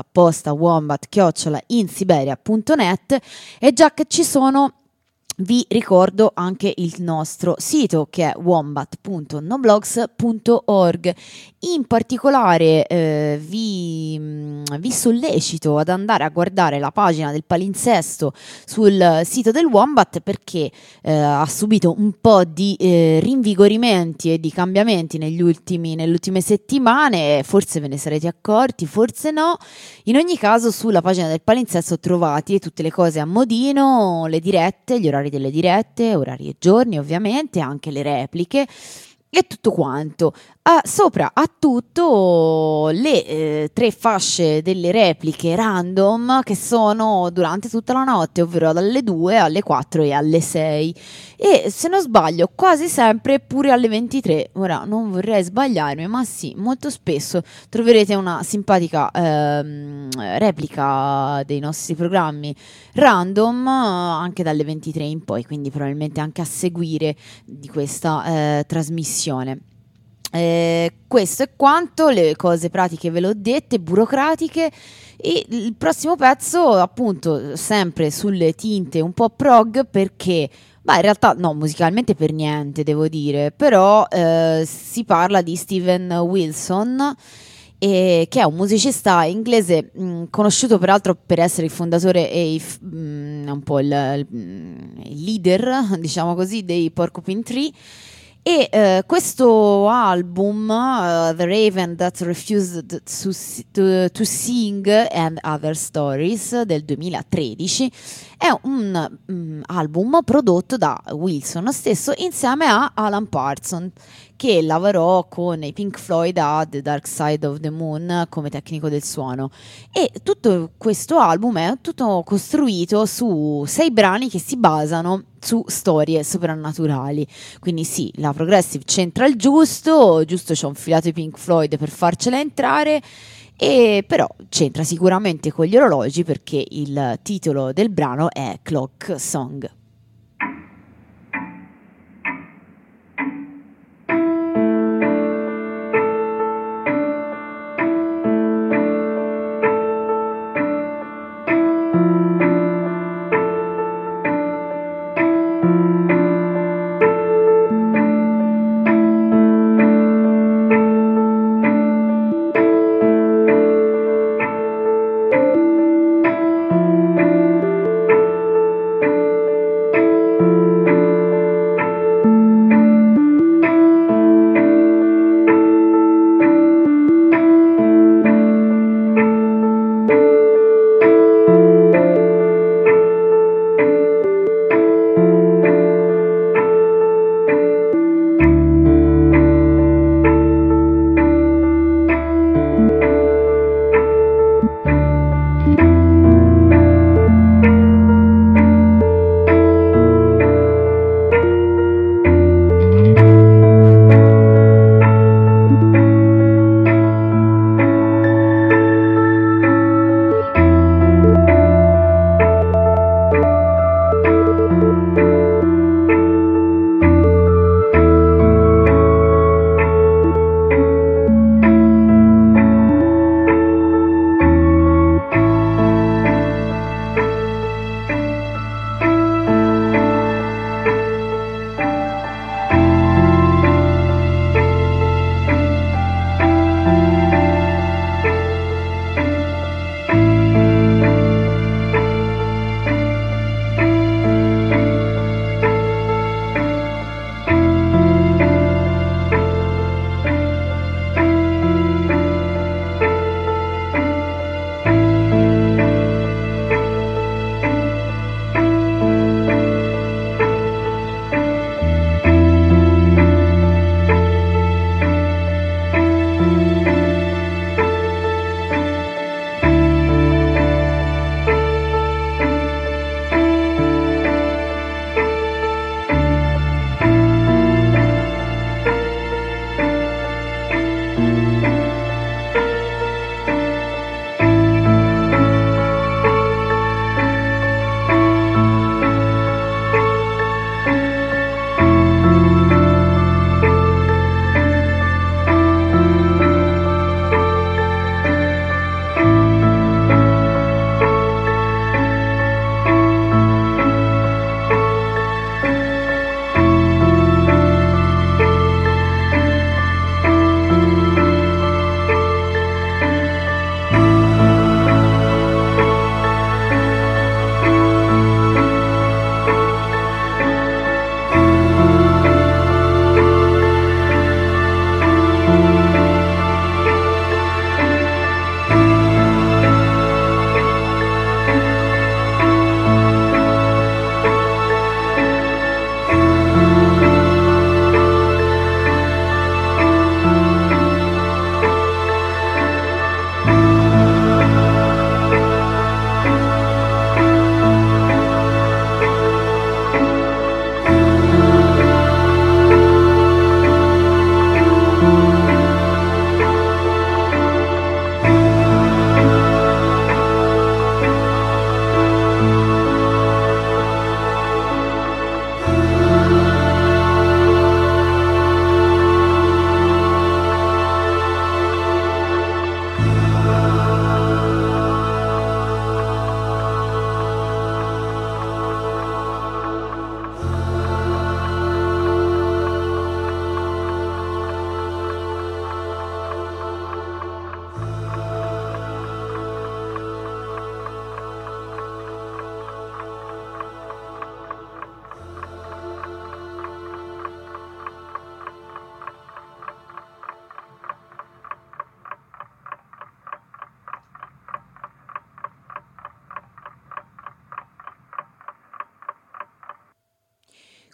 wombat@insiberia.net. E già che ci sono, vi ricordo anche il nostro sito, che è wombat.noblogs.org. In particolare vi sollecito ad andare a guardare la pagina del palinsesto sul sito del Wombat, perché ha subito un po' di rinvigorimenti e di cambiamenti nelle ultime settimane. Forse ve ne sarete accorti, forse no. In ogni caso, sulla pagina del palinsesto trovate tutte le cose a modino, le dirette, gli orari delle dirette, orari e giorni ovviamente, anche le repliche e tutto quanto. Sopra a tutto le 3 fasce delle repliche random, che sono durante tutta la notte, ovvero dalle 2 alle 4 e alle 6, e se non sbaglio quasi sempre pure alle 23. Ora non vorrei sbagliarmi, ma sì, molto spesso troverete una simpatica replica dei nostri programmi random anche dalle 23 in poi, quindi probabilmente anche a seguire di questa trasmissione. Questo è quanto, le cose pratiche ve le ho dette, burocratiche. E il prossimo pezzo, appunto, sempre sulle tinte un po' prog, perché in realtà no, musicalmente per niente, devo dire, però si parla di Steven Wilson, che è un musicista inglese, conosciuto peraltro per essere il fondatore e un po' il leader, diciamo così, dei Porcupine Tree. E questo album, The Raven That Refused to Sing and Other Stories, del 2013, è un album prodotto da Wilson stesso insieme a Alan Parsons, che lavorò con i Pink Floyd a The Dark Side of the Moon come tecnico del suono. E tutto questo album è tutto costruito su 6 brani che si basano su storie soprannaturali. Quindi sì, la progressive c'entra il giusto ci ho infilato i Pink Floyd per farcela entrare, e però c'entra sicuramente con gli orologi, perché il titolo del brano è Clock Song.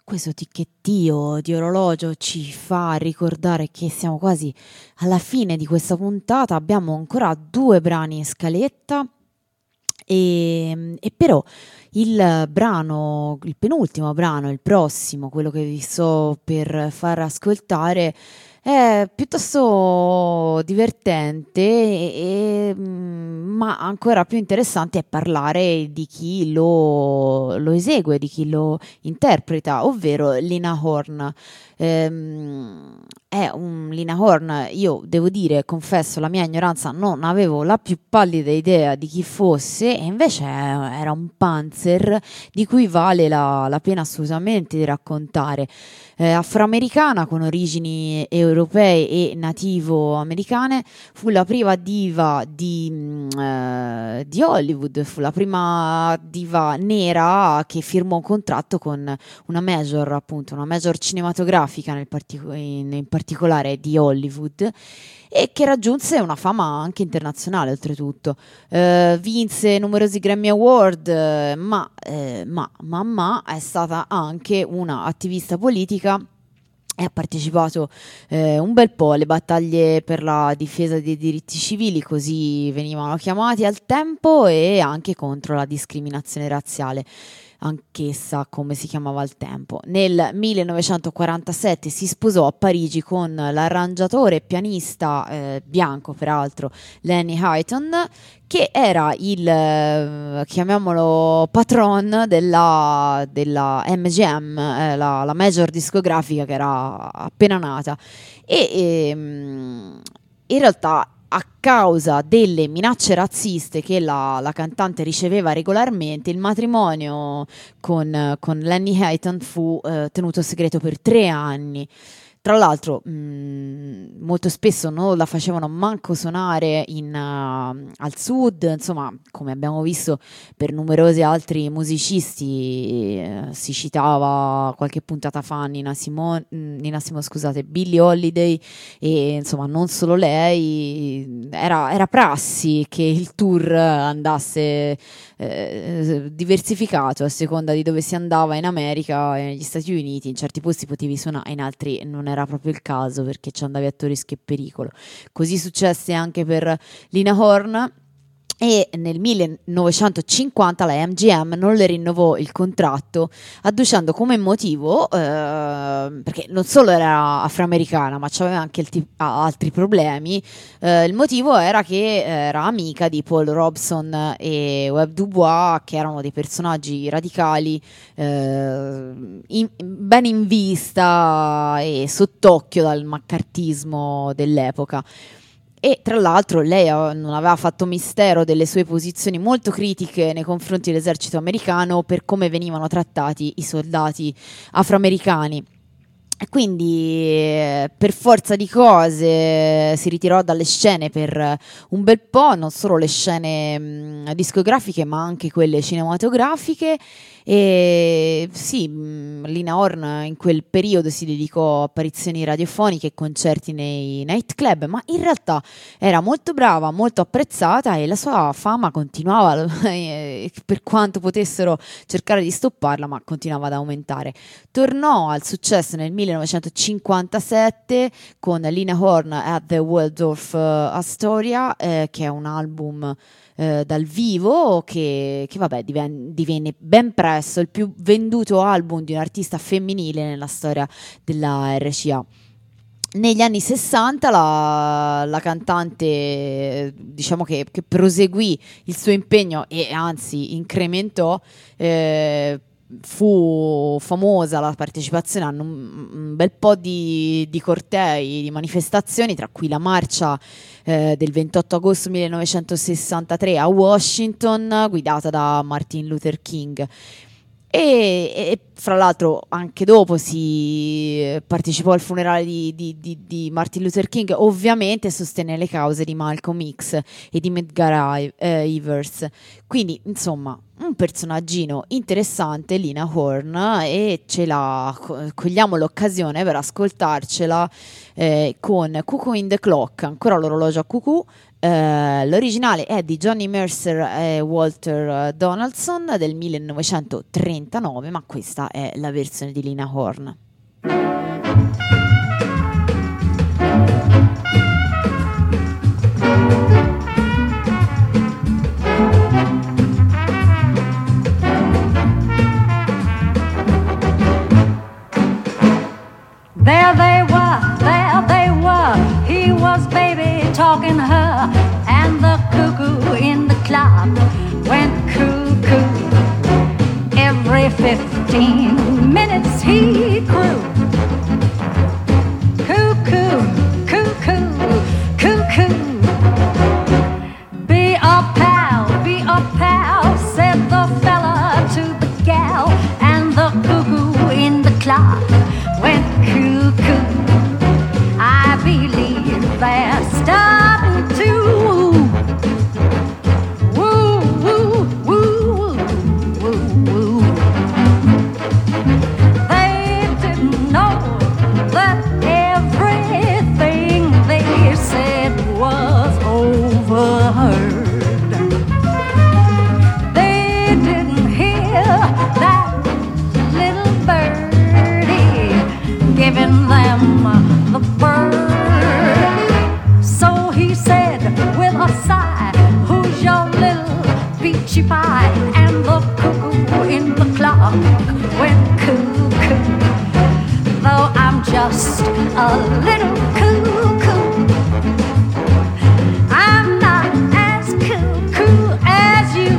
questo ticchettio di orologio ci fa ricordare che siamo quasi alla fine di questa puntata. Abbiamo ancora 2 brani in scaletta e però il penultimo brano, il prossimo, quello che vi sto per far ascoltare, è piuttosto divertente ma ancora più interessante è parlare di chi lo esegue, di chi lo interpreta, ovvero Lena Horne. È un Lena Horne, io devo dire, confesso la mia ignoranza, non avevo la più pallida idea di chi fosse, e invece era un panzer di cui vale la pena assolutamente di raccontare. Afroamericana con origini europee e nativo-americane, fu la prima diva di Hollywood, fu la prima diva nera che firmò un contratto con una major, appunto, una major cinematografica in particolare di Hollywood, e che raggiunse una fama anche internazionale oltretutto. Vinse numerosi Grammy Award, ma è stata anche una attivista politica e ha partecipato un bel po' alle battaglie per la difesa dei diritti civili, così venivano chiamati al tempo, e anche contro la discriminazione razziale, anch'essa come si chiamava al tempo. Nel 1947 si sposò a Parigi con l'arrangiatore e pianista bianco, peraltro, Lenny Hayton, che era il, chiamiamolo, patron della MGM, la major discografica che era appena nata, e in realtà, a causa delle minacce razziste che la cantante riceveva regolarmente, il matrimonio con Lenny Hayton fu tenuto segreto per 3 anni. Tra l'altro, molto spesso non la facevano manco suonare al sud, insomma, come abbiamo visto per numerosi altri musicisti, si citava qualche puntata fa Nina Simone, scusate, Billie Holiday, e insomma non solo lei, era prassi che il tour andasse diversificato a seconda di dove si andava in America e negli Stati Uniti. In certi posti potevi suonare, in altri non era proprio il caso perché ci andavi a rischio e pericolo. Così successe anche per Lena Horne, e nel 1950 la MGM non le rinnovò il contratto, adducendo come motivo, perché non solo era afroamericana ma aveva anche altri problemi, il motivo era che era amica di Paul Robeson e Webb Du Bois, che erano dei personaggi radicali, ben in vista e sott'occhio dal maccartismo dell'epoca. E tra l'altro lei non aveva fatto mistero delle sue posizioni molto critiche nei confronti dell'esercito americano per come venivano trattati i soldati afroamericani. E quindi per forza di cose si ritirò dalle scene per un bel po', non solo le scene discografiche ma anche quelle cinematografiche. E sì, Lena Horne in quel periodo si dedicò a apparizioni radiofoniche e concerti nei nightclub, ma in realtà era molto brava, molto apprezzata, e la sua fama continuava, per quanto potessero cercare di stopparla, ma continuava ad aumentare. Tornò al successo nel 1957 con Lena Horne at the Waldorf Astoria, che è un album dal vivo che vabbè divenne ben presto il più venduto album di un artista femminile nella storia della RCA. Negli anni 60 la cantante, diciamo che proseguì il suo impegno e anzi incrementò. Fu famosa la partecipazione a un bel po' di cortei, di manifestazioni, tra cui la marcia del 28 agosto 1963 a Washington, guidata da Martin Luther King. E fra l'altro anche dopo si partecipò al funerale di Martin Luther King, ovviamente sostenne le cause di Malcolm X e di Medgar Evers. Quindi insomma un personaggino interessante, Lena Horne, e cogliamo l'occasione per ascoltarcela con Cuckoo in the Clock, ancora l'orologio a cucù, L'originale è di Johnny Mercer e Walter Donaldson del 1939, ma questa è la versione di Lena Horne. There they were, he was baby talking to her, and the cuckoo in the clock went cuckoo. Every 15 minutes he crew. Cuckoo, cuckoo, cuckoo. Be a pal, said the fella to the gal, and the cuckoo in the clock went cuckoo. I believe they're starting to woo, woo, woo, woo, woo. They didn't know that everything they said was overheard. They didn't hear that little birdie giving them the bird. So he said with a sigh, who's your little peachy pie? And the cuckoo in the clock went cuckoo. Though I'm just a little cuckoo, I'm not as cuckoo as you.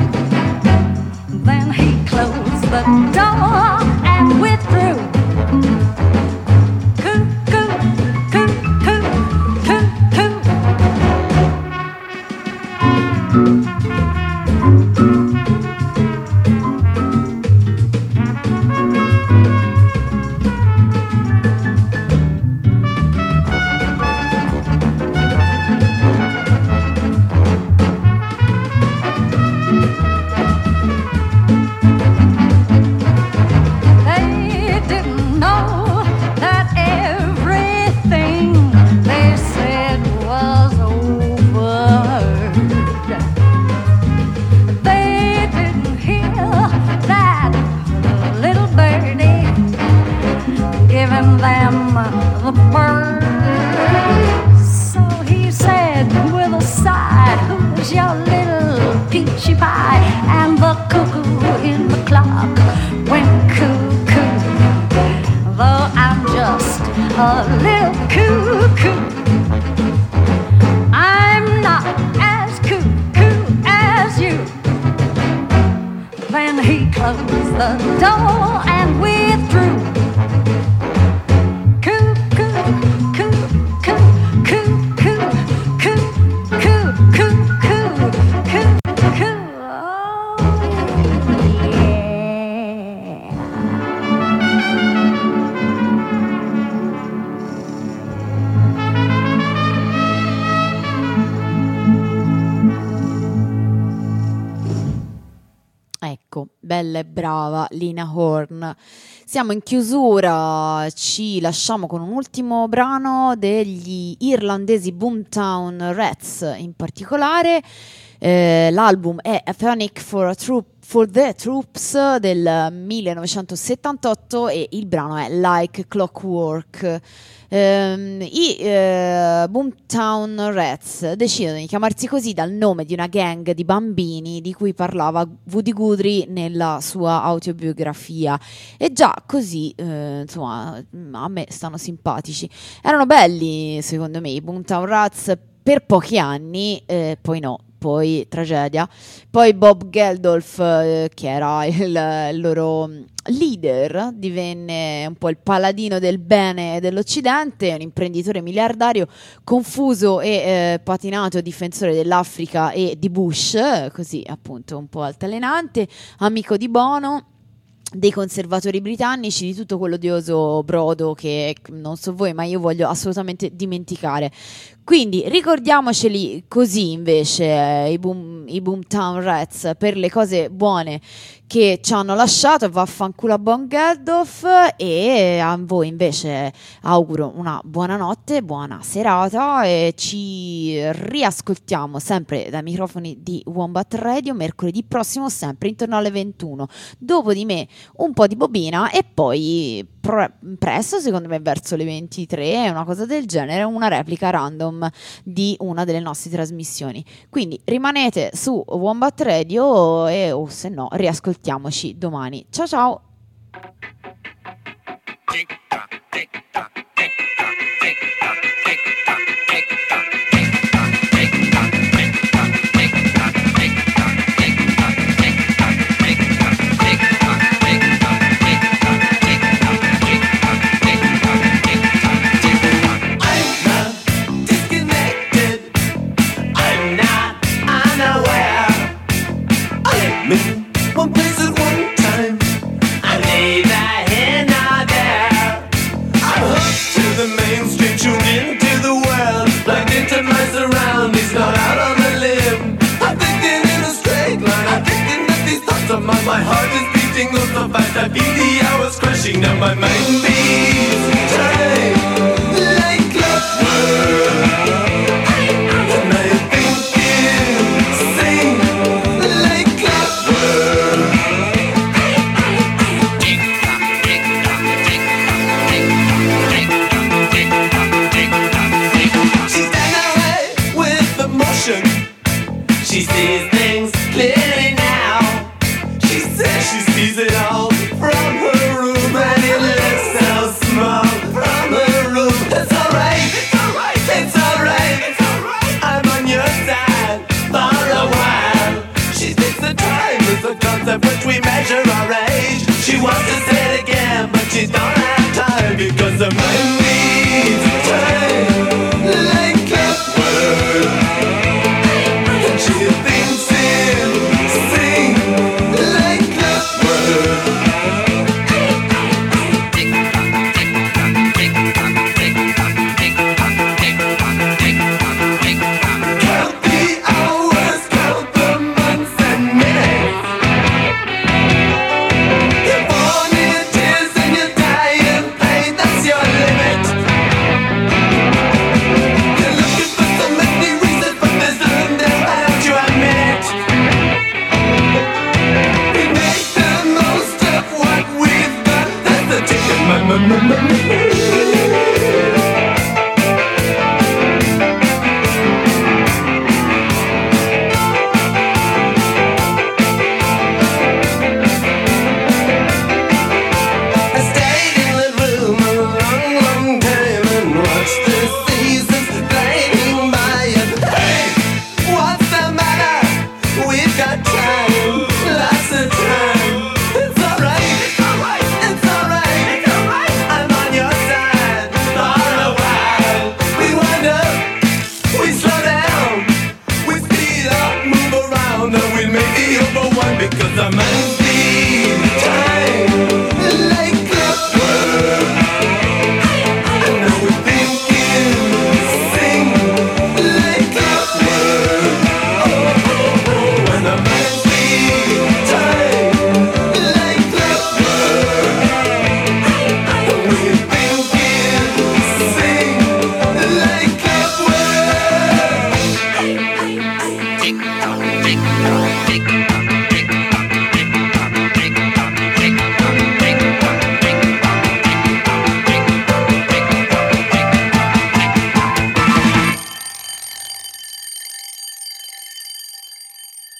Then he closed the door and withdrew. Bella e brava Lena Horne. Siamo in chiusura, ci lasciamo con un ultimo brano degli irlandesi Boomtown Rats in particolare. L'album è A Panic for the Troops del 1978 e il brano è Like Clockwork. I Boomtown Rats decidono di chiamarsi così dal nome di una gang di bambini di cui parlava Woody Guthrie nella sua autobiografia, e già così insomma a me stanno simpatici. Erano belli secondo me i Boomtown Rats per pochi anni, poi no, poi tragedia. Poi Bob Geldof, che era il loro leader, divenne un po' il paladino del bene dell'Occidente, un imprenditore miliardario confuso e patinato difensore dell'Africa e di Bush, così appunto un po' altalenante, amico di Bono, dei conservatori britannici, di tutto quell'odioso brodo che non so voi ma io voglio assolutamente dimenticare. Quindi ricordiamoceli così invece, i Boomtown Rats, per le cose buone che ci hanno lasciato, vaffanculo a Bon Geldof, e a voi invece auguro una buona notte, buona serata, e ci riascoltiamo sempre dai microfoni di Wombat Radio mercoledì prossimo, sempre intorno alle 21. Dopo di me un po' di bobina e poi presto, secondo me verso le 23, una cosa del genere, una replica random di una delle nostre trasmissioni. Quindi rimanete su Wombat Radio e o se no riascoltiamoci domani. Ciao ciao. One place at one time. I neither here nor there. I'm hooked to the mainstream, tuned into the world. Plugged into my surroundings, not out on a limb. I'm thinking in a straight line. I'm thinking that these thoughts of mine. My heart is beating so fast. I feel the hours crashing down. My mind beats time like clockwork. And I think insane like clockwork. She's done away with emotion. She sees things clearly now. She says she sees it all from her room, and it looks so small from her room. It's alright, it's alright, it's alright, it's alright. I'm on your side for a while. She thinks that time is a concept which we measure our age. She wants to say it again, but she don't have time because her mind needs time like clockwork. And she thinks insane like clockwork. Count the hours, count the months and minutes. You're born in tears and you die in pain, that's your limit. You're looking for so many reasons, but there's none there, why don't you admit it? We make the most of what we've got, that's the ticket,